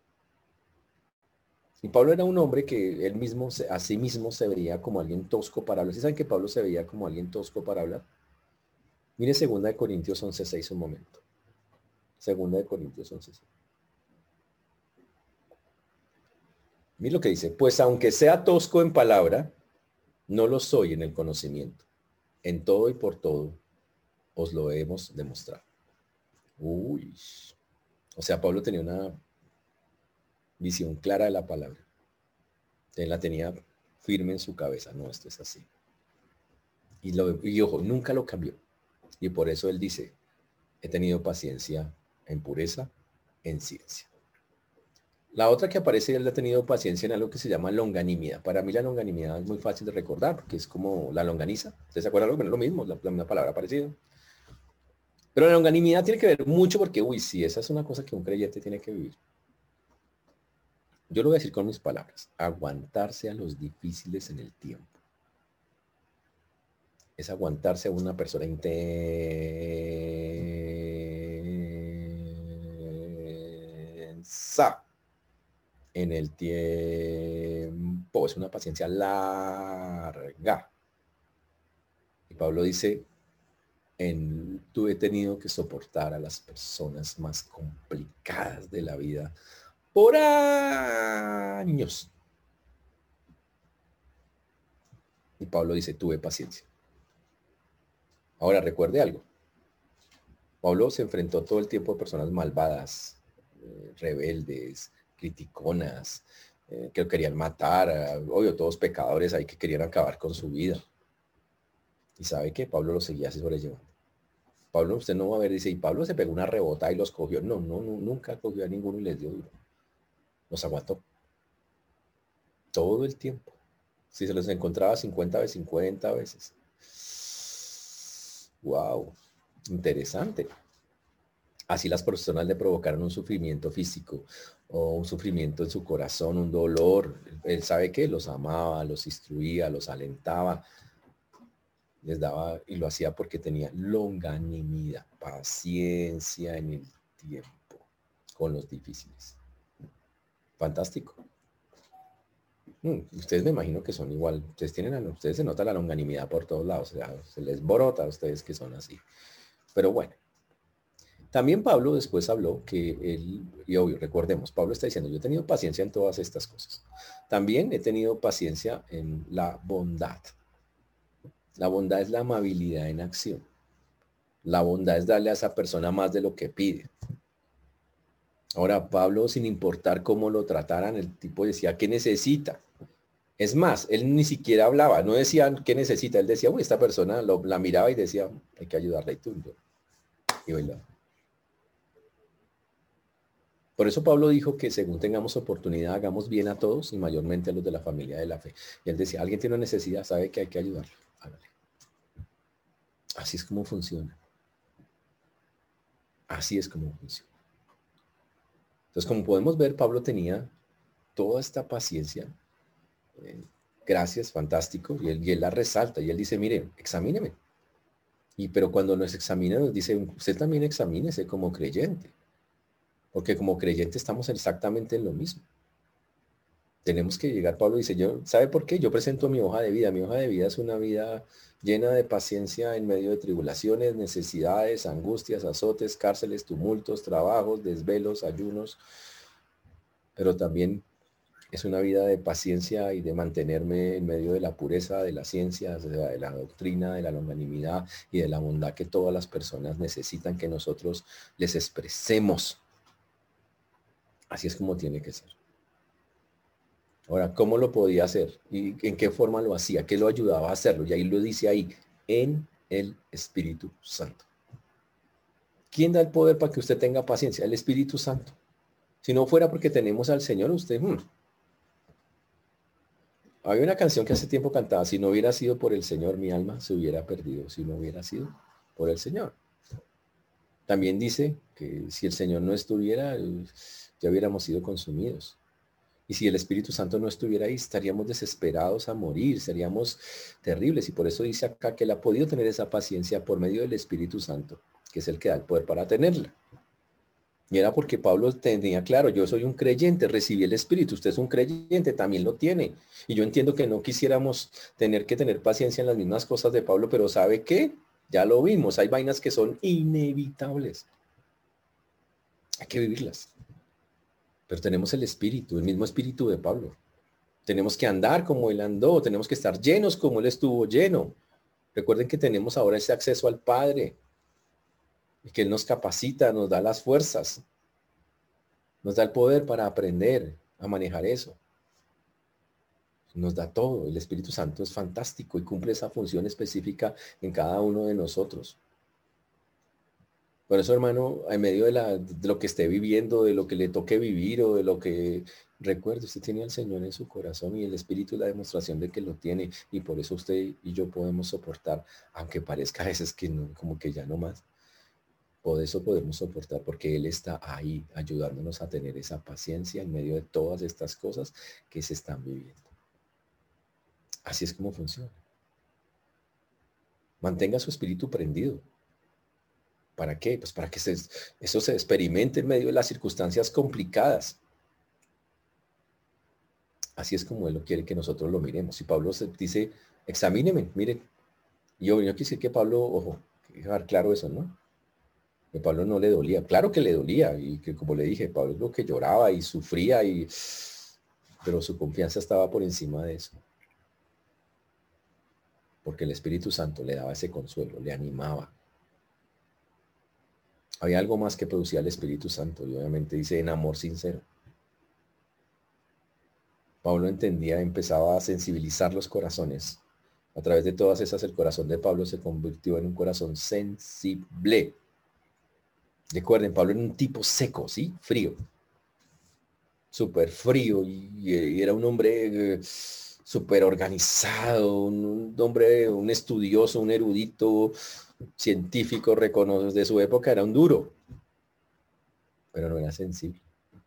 Y Pablo era un hombre que él mismo, a sí mismo se veía como alguien tosco para hablar. ¿Sí saben que Pablo se veía como alguien tosco para hablar? Mire 2 Corintios 11:6 un momento. 2 Corintios 11:6. Mire lo que dice. Pues aunque sea tosco en palabra, no lo soy en el conocimiento. En todo y por todo os lo hemos demostrado. Uy. O sea, Pablo tenía una visión clara de la palabra. Él la tenía firme en su cabeza. No, esto es así. Y ojo, nunca lo cambió. Y por eso él dice, he tenido paciencia en pureza, en ciencia. La otra que aparece, él ha tenido paciencia en algo que se llama longanimidad. Para mí la longanimidad es muy fácil de recordar, porque es como la longaniza. ¿Ustedes se acuerdan? Bueno, lo mismo, una palabra parecida. Pero la longanimidad tiene que ver mucho porque, uy, sí, esa es una cosa que un creyente tiene que vivir. Yo lo voy a decir con mis palabras. Aguantarse a los difíciles en el tiempo. Es aguantarse a una persona intensa en el tiempo. Es una paciencia larga. Y Pablo dice, tú he tenido que soportar a las personas más complicadas de la vida por años. Y Pablo dice, tuve paciencia. Ahora recuerde algo. Pablo se enfrentó todo el tiempo a personas malvadas, rebeldes, criticonas, que lo querían matar, obvio, todos pecadores ahí que querían acabar con su vida. Y sabe que Pablo lo seguía así sobrellevando. Pablo, usted no va a ver, dice, y Pablo se pegó una rebota y los cogió. No, nunca cogió a ninguno y les dio duro. Los aguantó. Todo el tiempo. Si se los encontraba 50 veces, 50 veces. Wow, interesante. Así las personas le provocaron un sufrimiento físico o un sufrimiento en su corazón, un dolor. Él sabe que los amaba, los instruía, los alentaba, les daba y lo hacía porque tenía longanimidad, paciencia en el tiempo con los difíciles. Fantástico. Ustedes me imagino que son igual. Ustedes se nota la longanimidad por todos lados. O sea, se les borota a ustedes que son así. Pero bueno. También Pablo después habló que él, y obvio, recordemos, Pablo está diciendo, yo he tenido paciencia en todas estas cosas. También he tenido paciencia en la bondad. La bondad es la amabilidad en acción. La bondad es darle a esa persona más de lo que pide. Ahora, Pablo, sin importar cómo lo trataran, el tipo decía, ¿qué necesita? Es más, él ni siquiera hablaba, no decía qué necesita, él decía, uy, esta persona la miraba y decía, hay que ayudarla y tú. Y bailaba. Por eso Pablo dijo que según tengamos oportunidad, hagamos bien a todos y mayormente a los de la familia de la fe. Y él decía, alguien tiene una necesidad, sabe que hay que ayudarlo. Hágale. Así es como funciona. Así es como funciona. Entonces, como podemos ver, Pablo tenía toda esta paciencia. Gracias, fantástico. Y él la resalta. Y él dice, mire, examíneme. Pero cuando nos examina, nos dice, usted también examínese como creyente. Porque como creyente estamos exactamente en lo mismo. Tenemos que llegar, Pablo dice, ¿sabe por qué? Yo presento mi hoja de vida. Mi hoja de vida es una vida llena de paciencia en medio de tribulaciones, necesidades, angustias, azotes, cárceles, tumultos, trabajos, desvelos, ayunos. Pero también es una vida de paciencia y de mantenerme en medio de la pureza, de la ciencia, de la doctrina, de la longanimidad y de la bondad que todas las personas necesitan que nosotros les expresemos. Así es como tiene que ser. Ahora, ¿cómo lo podía hacer? ¿Y en qué forma lo hacía? ¿Qué lo ayudaba a hacerlo? Y ahí lo dice ahí, en el Espíritu Santo. ¿Quién da el poder para que usted tenga paciencia? El Espíritu Santo. Si no fuera porque tenemos al Señor, usted... Había una canción que hace tiempo cantaba, si no hubiera sido por el Señor, mi alma se hubiera perdido, si no hubiera sido por el Señor. También dice que si el Señor no estuviera, ya hubiéramos sido consumidos. Y si el Espíritu Santo no estuviera ahí, estaríamos desesperados a morir, seríamos terribles. Y por eso dice acá que él ha podido tener esa paciencia por medio del Espíritu Santo, que es el que da el poder para tenerla. Y era porque Pablo tenía claro, yo soy un creyente, recibí el Espíritu, usted es un creyente, también lo tiene. Y yo entiendo que no quisiéramos tener que tener paciencia en las mismas cosas de Pablo, pero ¿sabe qué? Ya lo vimos, hay vainas que son inevitables. Hay que vivirlas. Pero tenemos el Espíritu, el mismo Espíritu de Pablo. Tenemos que andar como él andó, tenemos que estar llenos como él estuvo lleno. Recuerden que tenemos ahora ese acceso al Padre y que él nos capacita, nos da las fuerzas, nos da el poder para aprender a manejar eso. Nos da todo. El Espíritu Santo es fantástico y cumple esa función específica en cada uno de nosotros. Por eso, hermano, en medio de lo que esté viviendo, de lo que le toque vivir o de lo que recuerde, usted tiene al Señor en su corazón y el Espíritu es la demostración de que lo tiene y por eso usted y yo podemos soportar, aunque parezca a veces que no, como que ya no más. Por eso podemos soportar, porque Él está ahí ayudándonos a tener esa paciencia en medio de todas estas cosas que se están viviendo. Así es como funciona. Mantenga su espíritu prendido. ¿Para qué? Pues para que eso se experimente en medio de las circunstancias complicadas. Así es como Él lo quiere que nosotros lo miremos. Y Pablo dice, examíneme, miren. Y yo quise decir que Pablo, ojo, dejar claro eso, ¿no? Que Pablo no le dolía. Claro que le dolía. Y que como le dije, Pablo es lo que lloraba y sufría, pero su confianza estaba por encima de eso. Porque el Espíritu Santo le daba ese consuelo, le animaba. Había algo más que producía el Espíritu Santo y obviamente dice en amor sincero. Pablo entendía, empezaba a sensibilizar los corazones. A través de todas esas, el corazón de Pablo se convirtió en un corazón sensible. Recuerden, Pablo era un tipo seco, ¿sí? Frío. Súper frío y era un hombre súper organizado, un hombre, un estudioso, un erudito, científico, reconocido de su época, era un duro, pero no era sensible.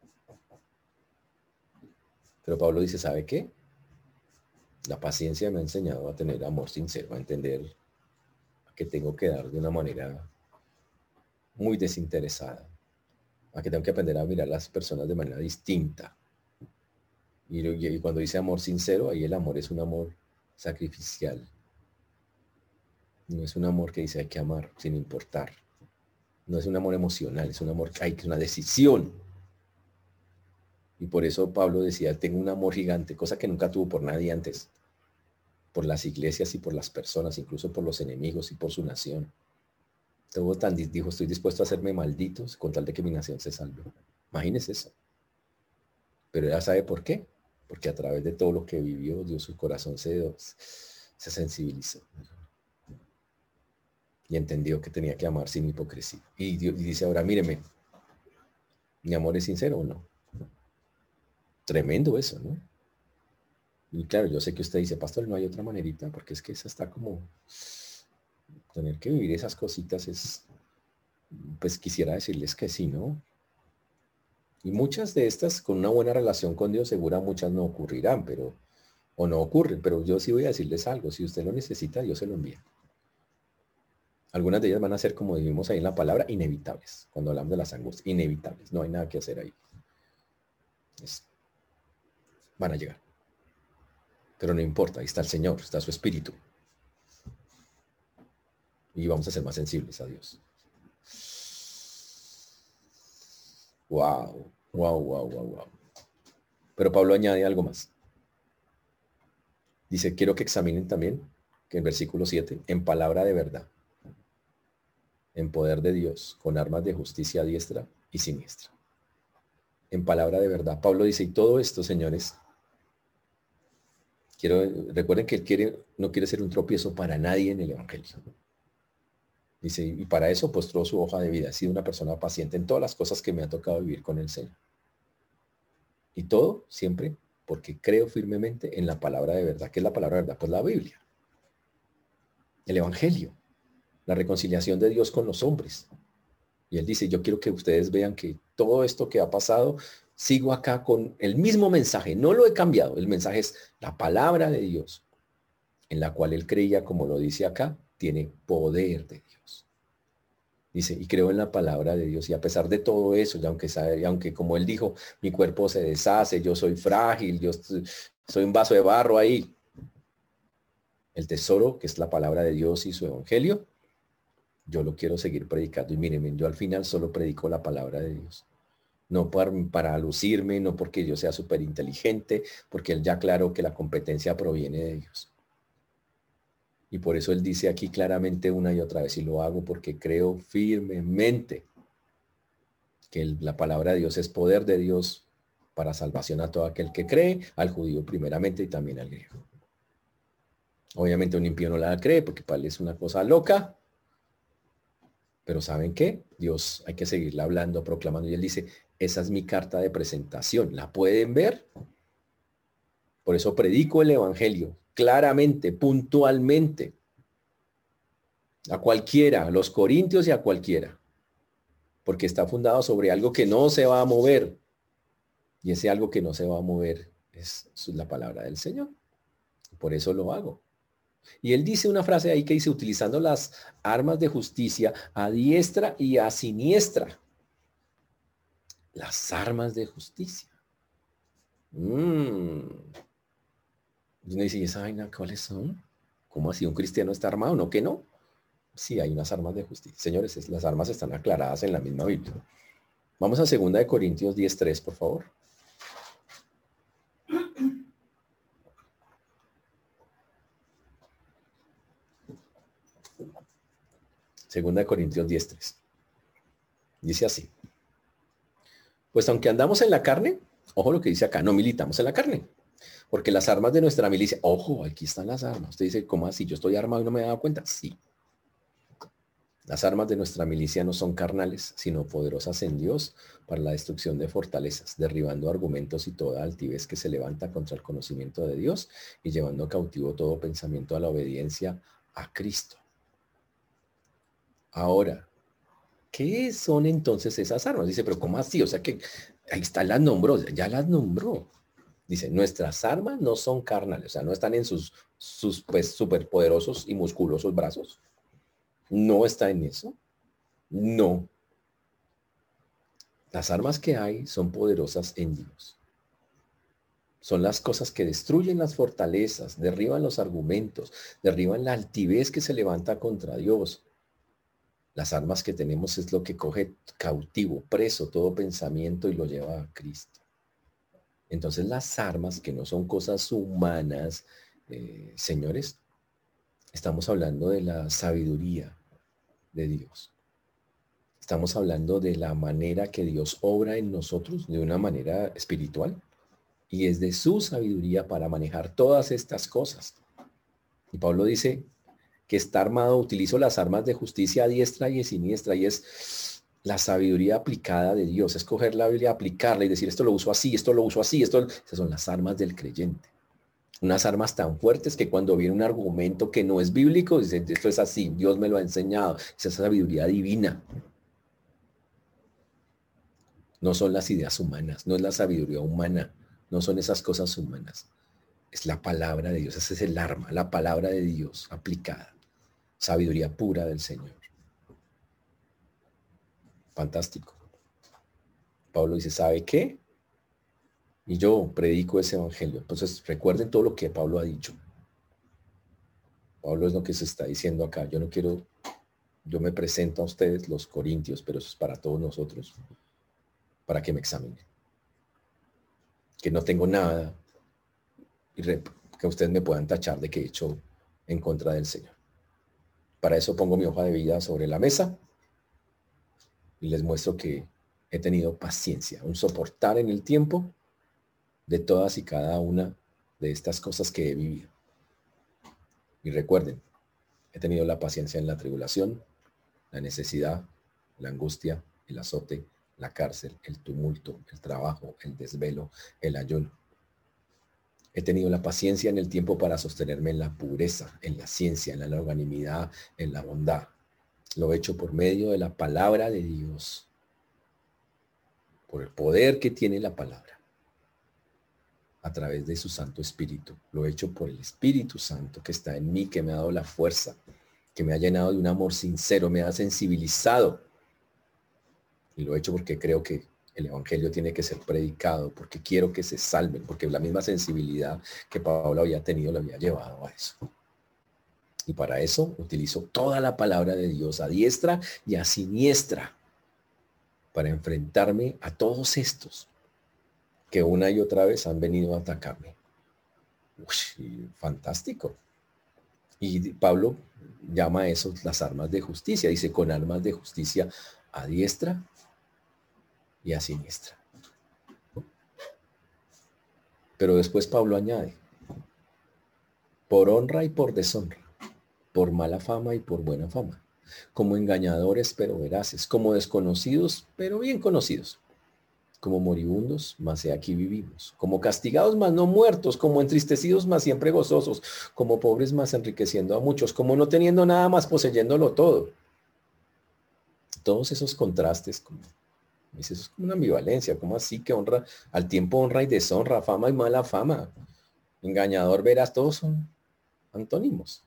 Pero Pablo dice, ¿sabe qué? La paciencia me ha enseñado a tener amor sincero, a entender que tengo que dar de una manera muy desinteresada, a que tengo que aprender a mirar a las personas de manera distinta. Y cuando dice amor sincero, ahí el amor es un amor sacrificial. No es un amor que dice hay que amar sin importar. No es un amor emocional, es un amor que hay que una decisión. Y por eso Pablo decía, tengo un amor gigante, cosa que nunca tuvo por nadie antes. Por las iglesias y por las personas, incluso por los enemigos y por su nación. Dijo, estoy dispuesto a hacerme malditos con tal de que mi nación se salve. Imagínese eso. Pero ya sabe por qué. Porque a través de todo lo que vivió, Dios su corazón se sensibilizó. Y entendió que tenía que amar sin hipocresía. Y dice ahora, míreme, ¿mi amor es sincero o no? Tremendo eso, ¿no? Y claro, yo sé que usted dice, pastor, no hay otra manerita, porque es que esa está como, tener que vivir esas cositas es, pues quisiera decirles que sí, ¿no? Y muchas de estas, con una buena relación con Dios, segura muchas no ocurrirán, o no ocurren, pero yo sí voy a decirles algo, si usted lo necesita, Dios se lo envía. Algunas de ellas van a ser, como dijimos ahí en la palabra, inevitables, cuando hablamos de las angustias, inevitables, no hay nada que hacer ahí. Van a llegar. Pero no importa, ahí está el Señor, está su Espíritu. Y vamos a ser más sensibles a Dios. Wow, wow, wow, wow, wow. Pero Pablo añade algo más. Dice, quiero que examinen también, que en versículo 7, en palabra de verdad, en poder de Dios, con armas de justicia diestra y siniestra. en palabra de verdad. Pablo dice, y todo esto, señores, recuerden que él no quiere ser un tropiezo para nadie en el Evangelio. Dice, y para eso postró su hoja de vida. He sido una persona paciente en todas las cosas que me ha tocado vivir con el Señor. Y todo siempre porque creo firmemente en la palabra de verdad. ¿Qué es la palabra de verdad? Pues la Biblia. El Evangelio. La reconciliación de Dios con los hombres. Y él dice, yo quiero que ustedes vean que todo esto que ha pasado, sigo acá con el mismo mensaje. No lo he cambiado. El mensaje es la palabra de Dios, en la cual él creía, como lo dice acá, tiene poder de Dios. Dice, y creo en la palabra de Dios. Y a pesar de todo eso, y aunque como él dijo, mi cuerpo se deshace, yo soy frágil, yo soy un vaso de barro ahí. El tesoro, que es la palabra de Dios y su evangelio, yo lo quiero seguir predicando. Y mírenme, yo al final solo predico la palabra de Dios. No para lucirme, no porque yo sea súper inteligente, porque él ya aclaró que la competencia proviene de Dios. Y por eso él dice aquí claramente una y otra vez, y lo hago porque creo firmemente que la palabra de Dios es poder de Dios para salvación a todo aquel que cree, al judío primeramente y también al griego. Obviamente un impío no la cree porque para él es una cosa loca, pero ¿saben qué? Dios hay que seguirla hablando, proclamando. Y él dice, esa es mi carta de presentación. ¿La pueden ver? Por eso predico el evangelio claramente, puntualmente, a cualquiera, a los corintios y a cualquiera, porque está fundado sobre algo que no se va a mover. Y ese algo que no se va a mover es la palabra del Señor. Por eso lo hago. Y él dice una frase ahí que dice, utilizando las armas de justicia a diestra y a siniestra. Las armas de justicia. Y uno dice, ¿y esa vaina cuáles son? ¿Cómo así un cristiano está armado? ¿No que no? Sí, hay unas armas de justicia. Señores, las armas están aclaradas en la misma Biblia. Vamos a 2 Corintios 10:3, por favor. 2 Corintios 10:3. Dice así. Pues aunque andamos en la carne, ojo lo que dice acá, no militamos en la carne. Porque las armas de nuestra milicia, ojo, aquí están las armas. Usted dice, ¿cómo así? ¿Yo estoy armado y no me he dado cuenta? Sí. Las armas de nuestra milicia no son carnales, sino poderosas en Dios para la destrucción de fortalezas, derribando argumentos y toda altivez que se levanta contra el conocimiento de Dios y llevando cautivo todo pensamiento a la obediencia a Cristo. Ahora, ¿qué son entonces esas armas? Dice, pero ¿cómo así? O sea que ahí está, las nombró, ya las nombró. Dice, nuestras armas no son carnales, o sea, no están en sus pues superpoderosos y musculosos brazos. No está en eso. No. Las armas que hay son poderosas en Dios. Son las cosas que destruyen las fortalezas, derriban los argumentos, derriban la altivez que se levanta contra Dios. Las armas que tenemos es lo que coge cautivo, preso todo pensamiento y lo lleva a Cristo. Entonces las armas que no son cosas humanas, señores, estamos hablando de la sabiduría de Dios. Estamos hablando de la manera que Dios obra en nosotros de una manera espiritual y es de su sabiduría para manejar todas estas cosas. Y Pablo dice que está armado, utilizo las armas de justicia a diestra y a siniestra, y es la sabiduría aplicada de Dios, es coger la Biblia, aplicarla y decir esto lo uso así, esto lo uso así, esas son las armas del creyente. Unas armas tan fuertes que cuando viene un argumento que no es bíblico, dicen esto es así, Dios me lo ha enseñado, esa sabiduría divina. No son las ideas humanas, no es la sabiduría humana, no son esas cosas humanas. Es la palabra de Dios, ese es el arma, la palabra de Dios aplicada. Sabiduría pura del Señor. Fantástico. Pablo dice, ¿sabe qué? Y yo predico ese evangelio. Entonces recuerden todo lo que Pablo ha dicho. Pablo es lo que se está diciendo acá. Yo me presento a ustedes, los corintios, pero eso es para todos nosotros, para que me examinen. Que no tengo nada y que ustedes me puedan tachar de que he hecho en contra del Señor. Para eso pongo mi hoja de vida sobre la mesa y les muestro que He tenido paciencia, un soportar en el tiempo de todas y cada una de estas cosas que he vivido. Y recuerden, he tenido la paciencia en la tribulación, la necesidad, la angustia, el azote, la cárcel, el tumulto, el trabajo, el desvelo, el ayuno. He tenido la paciencia en el tiempo para sostenerme en la pureza, en la ciencia, en la longanimidad, en la bondad. Lo he hecho por medio de la palabra de Dios, por el poder que tiene la palabra, a través de su Santo Espíritu. Lo he hecho por el Espíritu Santo que está en mí, que me ha dado la fuerza, que me ha llenado de un amor sincero, me ha sensibilizado. Y lo he hecho porque creo que el Evangelio tiene que ser predicado, porque quiero que se salven, porque la misma sensibilidad que Pablo había tenido lo había llevado a eso. Y para eso utilizo toda la palabra de Dios a diestra y a siniestra para enfrentarme a todos estos que una y otra vez han venido a atacarme. Uy, fantástico. Y Pablo llama a eso las armas de justicia. Dice, con armas de justicia a diestra y a siniestra. Pero después Pablo añade, por honra y por deshonra, por mala fama y por buena fama, como engañadores pero veraces, como desconocidos pero bien conocidos, como moribundos, mas he aquí vivimos, como castigados, mas no muertos, como entristecidos, mas siempre gozosos, como pobres, mas enriqueciendo a muchos, como no teniendo nada, más poseyéndolo todo. Todos esos contrastes, como, eso es como una ambivalencia, como así que honra, al tiempo honra y deshonra, fama y mala fama, engañador, veraz, todos son antónimos.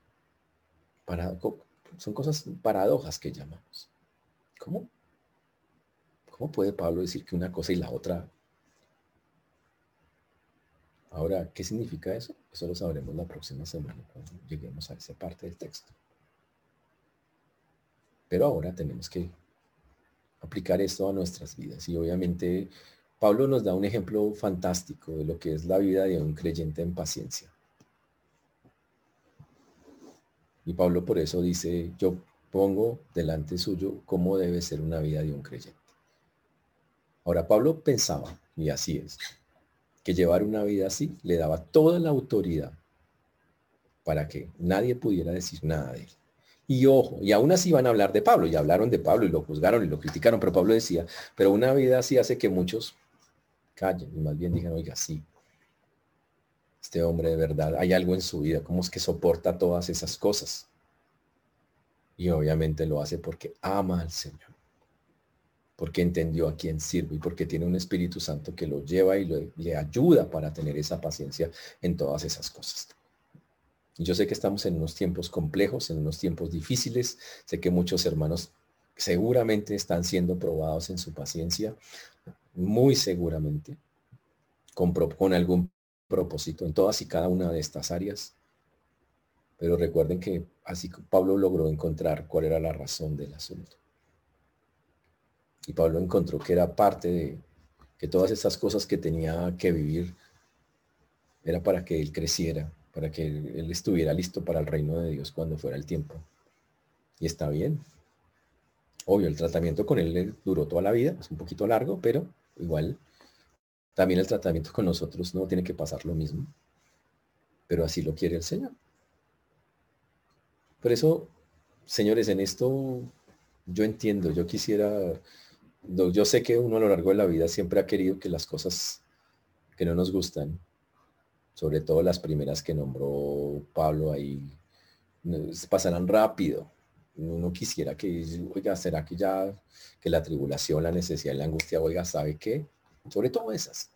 Son cosas, paradojas que llamamos. ¿Cómo? ¿Cómo puede Pablo decir que una cosa y la otra? Ahora, ¿qué significa eso? Eso lo sabremos la próxima semana cuando lleguemos a esa parte del texto. Pero ahora tenemos que aplicar esto a nuestras vidas. Y obviamente Pablo nos da un ejemplo fantástico de lo que es la vida de un creyente en paciencia. Y Pablo por eso dice, yo pongo delante suyo cómo debe ser una vida de un creyente. Ahora, Pablo pensaba, y así es, que llevar una vida así le daba toda la autoridad para que nadie pudiera decir nada de él. Y ojo, y aún así van a hablar de Pablo, y hablaron de Pablo, y lo juzgaron, y lo criticaron, pero Pablo decía, pero una vida así hace que muchos callen, y más bien digan, oiga, sí, este hombre de verdad, hay algo en su vida, ¿cómo es que soporta todas esas cosas? Y obviamente lo hace porque ama al Señor, porque entendió a quién sirve, y porque tiene un Espíritu Santo que lo lleva y le ayuda para tener esa paciencia en todas esas cosas. Y yo sé que estamos en unos tiempos complejos, en unos tiempos difíciles. Sé que muchos hermanos seguramente están siendo probados en su paciencia, muy seguramente, con algún propósito en todas y cada una de estas áreas. Pero recuerden que así Pablo logró encontrar cuál era la razón del asunto. Y Pablo encontró que era parte de que todas esas cosas que tenía que vivir era para que él creciera, para que él estuviera listo para el reino de Dios cuando fuera el tiempo. Y está bien. Obvio, el tratamiento con él le duró toda la vida, es un poquito largo, pero igual también el tratamiento con nosotros no tiene que pasar lo mismo. Pero así lo quiere el Señor. Por eso, señores, en esto yo entiendo, yo quisiera, yo sé que uno a lo largo de la vida siempre ha querido que las cosas que no nos gustan, sobre todo las primeras que nombró Pablo ahí, pasarán rápido. Uno quisiera que, oiga, ¿será que ya, que la tribulación, la necesidad y la angustia, oiga, ¿sabe qué? Sobre todo esas.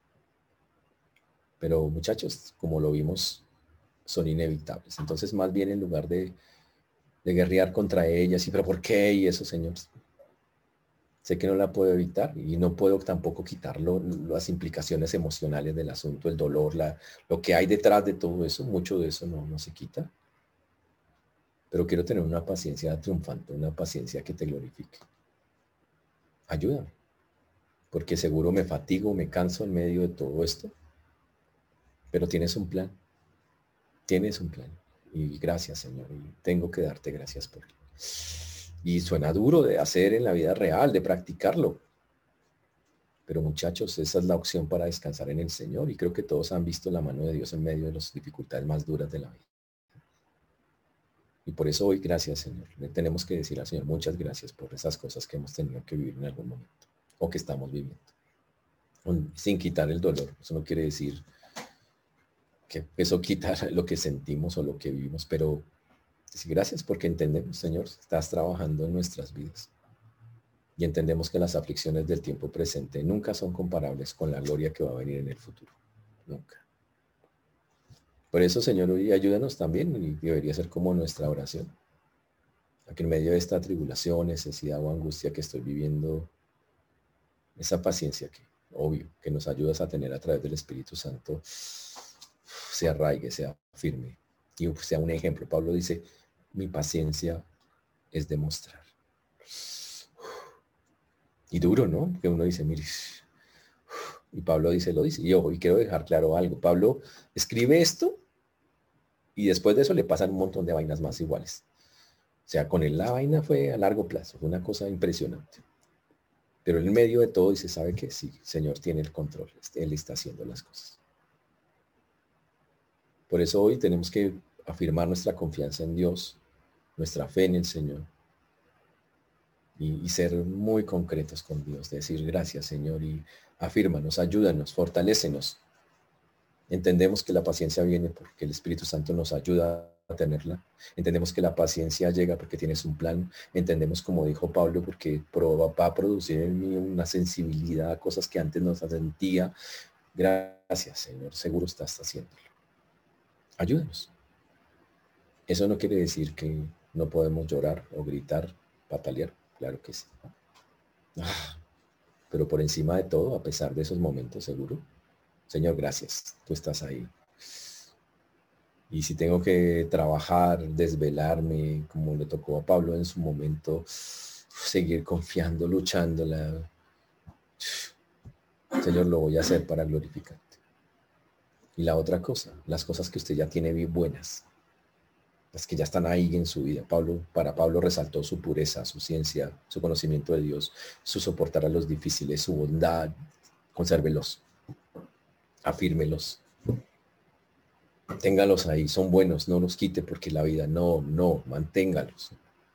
Pero muchachos, como lo vimos, son inevitables. Entonces, más bien en lugar de guerrear contra ellas, y pero ¿por qué? Y eso, señores. Sé que no la puedo evitar y no puedo tampoco quitarlo, las implicaciones emocionales del asunto, el dolor, lo que hay detrás de todo eso, mucho de eso no se quita. Pero quiero tener una paciencia triunfante, una paciencia que te glorifique. Ayúdame, porque seguro me fatigo, me canso en medio de todo esto, pero tienes un plan, y gracias, Señor, y tengo que darte gracias por él. Y suena duro de hacer en la vida real, de practicarlo, Pero muchachos, esa es la opción para descansar en el Señor. Y creo que todos han visto la mano de Dios en medio de las dificultades más duras de la vida. Y por eso hoy, gracias, Señor. Le tenemos que decir al Señor, muchas gracias por esas cosas que hemos tenido que vivir en algún momento o que estamos viviendo. Sin quitar el dolor. Eso no quiere decir que eso quita lo que sentimos o lo que vivimos, pero decir gracias porque entendemos, Señor, estás trabajando en nuestras vidas. Y entendemos que las aflicciones del tiempo presente nunca son comparables con la gloria que va a venir en el futuro. Nunca. Por eso, Señor, hoy ayúdanos también, y debería ser como nuestra oración, a que en medio de esta tribulación, necesidad o angustia que estoy viviendo, esa paciencia que, obvio, que nos ayudas a tener a través del Espíritu Santo, se arraigue, sea firme y sea un ejemplo. Pablo dice, mi paciencia es demostrar. Y duro, ¿no? Que uno dice, mire, y Pablo dice, lo dice. Y ojo, y quiero dejar claro algo. Pablo escribe esto y después de eso le pasan un montón de vainas más iguales. O sea, con él la vaina fue a largo plazo, fue una cosa impresionante. Pero en medio de todo dice, ¿sabe qué? Sí, el Señor tiene el control, Él está haciendo las cosas. Por eso hoy tenemos que afirmar nuestra confianza en Dios, nuestra fe en el Señor, y ser muy concretos con Dios, decir gracias, Señor, y afírmanos, ayúdanos, fortalécenos. Entendemos que la paciencia viene porque el Espíritu Santo nos ayuda a tenerla. Entendemos que la paciencia llega porque tienes un plan. Entendemos, como dijo Pablo, porque va a producir en mí una sensibilidad a cosas que antes no sentía. Gracias, Señor, seguro estás haciéndolo. Ayúdanos. Eso no quiere decir que no podemos llorar o gritar, patalear. Claro que sí. Pero por encima de todo, a pesar de esos momentos, seguro, Señor, gracias. Tú estás ahí. Y si tengo que trabajar, desvelarme, como le tocó a Pablo en su momento, seguir confiando, luchando, Señor, lo voy a hacer para glorificarte. Y la otra cosa, las cosas que usted ya tiene bien buenas, las que ya están ahí en su vida. Para Pablo resaltó su pureza, su ciencia, su conocimiento de Dios, su soportar a los difíciles, su bondad. Consérvelos, afírmelos, téngalos ahí, son buenos, no los quite porque la vida, no, manténgalos.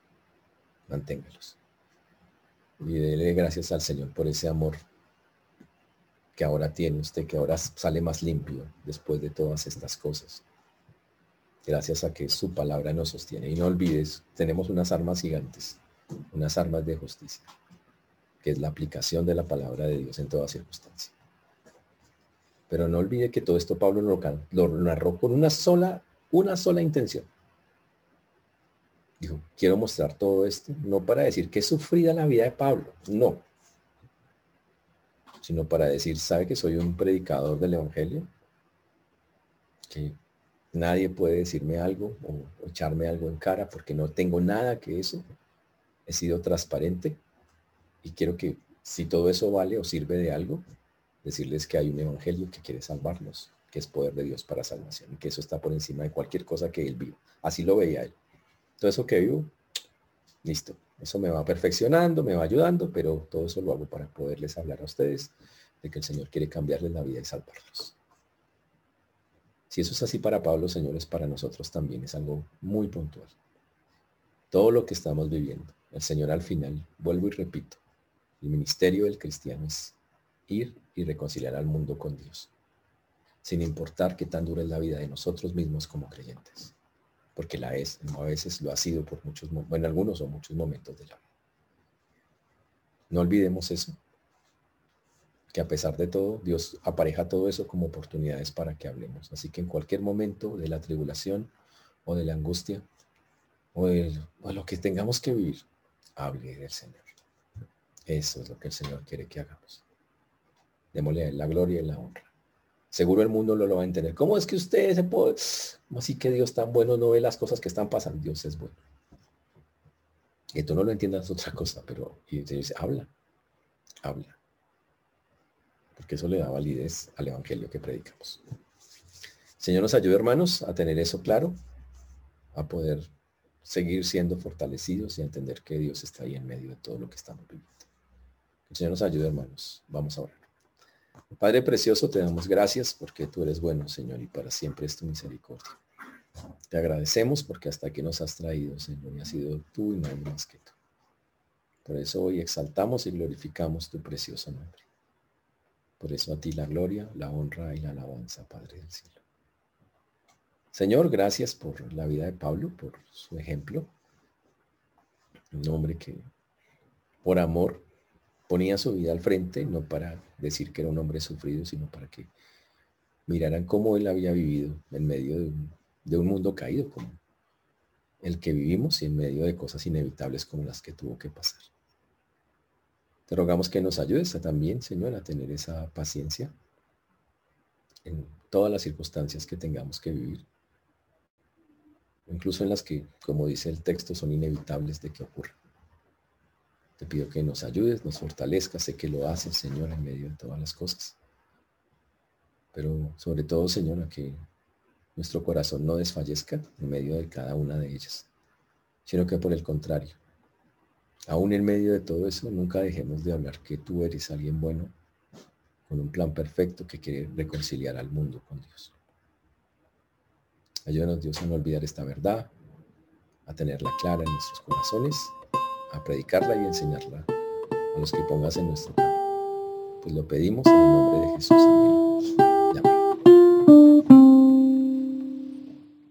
Y dele gracias al Señor por ese amor que ahora tiene usted, que ahora sale más limpio después de todas estas cosas. Gracias a que su palabra nos sostiene. Y no olvides, tenemos unas armas gigantes, unas armas de justicia, que es la aplicación de la palabra de Dios en toda circunstancia. Pero no olvide que todo esto Pablo lo narró con una sola intención. Dijo, quiero mostrar todo esto, no para decir que es sufrida la vida de Pablo, no, sino para decir, ¿sabe que soy un predicador del Evangelio? Que nadie puede decirme algo o echarme algo en cara porque no tengo nada que eso. He sido transparente y quiero que si todo eso vale o sirve de algo, decirles que hay un Evangelio que quiere salvarnos, que es poder de Dios para salvación y que eso está por encima de cualquier cosa que él viva. Así lo veía él. Todo eso que vivo, listo. Eso me va perfeccionando, me va ayudando, pero todo eso lo hago para poderles hablar a ustedes de que el Señor quiere cambiarles la vida y salvarlos. Si eso es así para Pablo, señores, para nosotros también es algo muy puntual. Todo lo que estamos viviendo, el Señor al final, vuelvo y repito, el ministerio del cristiano es ir y reconciliar al mundo con Dios, sin importar qué tan dura es la vida de nosotros mismos como creyentes, porque la es, a veces lo ha sido por muchos, bueno, algunos o muchos momentos de la vida. No olvidemos eso, que a pesar de todo, Dios apareja todo eso como oportunidades para que hablemos. Así que en cualquier momento de la tribulación o de la angustia o de lo que tengamos que vivir, hable del Señor. Eso es lo que el Señor quiere que hagamos. Démosle a Él la gloria y la honra. Seguro el mundo lo va a entender. ¿Cómo es que usted se puede? ¿Cómo así que Dios tan bueno no ve las cosas que están pasando? Dios es bueno. Que tú no lo entiendas es otra cosa, pero y dice, habla. Porque eso le da validez al evangelio que predicamos. Señor nos ayude, hermanos, a tener eso claro, a poder seguir siendo fortalecidos y a entender que Dios está ahí en medio de todo lo que estamos viviendo. El Señor nos ayude, hermanos. Vamos a orar. Padre precioso, te damos gracias porque tú eres bueno, Señor, y para siempre es tu misericordia. Te agradecemos porque hasta aquí nos has traído, Señor, y has sido tú y nadie más que tú. Por eso hoy exaltamos y glorificamos tu precioso nombre. Por eso a ti la gloria, la honra y la alabanza, Padre del cielo. Señor, gracias por la vida de Pablo, por su ejemplo. Un hombre que por amor ponía su vida al frente, no para decir que era un hombre sufrido, sino para que miraran cómo él había vivido en medio de un mundo caído como el que vivimos y en medio de cosas inevitables como las que tuvo que pasar. Te rogamos que nos ayudes también, Señor, a tener esa paciencia en todas las circunstancias que tengamos que vivir, incluso en las que, como dice el texto, son inevitables de que ocurra. Te pido que nos ayudes, nos fortalezcas, sé que lo haces, Señor, en medio de todas las cosas. Pero sobre todo, Señor, a que nuestro corazón no desfallezca en medio de cada una de ellas, sino que por el contrario, aún en medio de todo eso, nunca dejemos de hablar que tú eres alguien bueno, con un plan perfecto que quiere reconciliar al mundo con Dios. Ayúdanos, Dios, a no olvidar esta verdad, a tenerla clara en nuestros corazones, a predicarla y enseñarla a los que pongas en nuestro camino. Pues lo pedimos en el nombre de Jesús. Amén.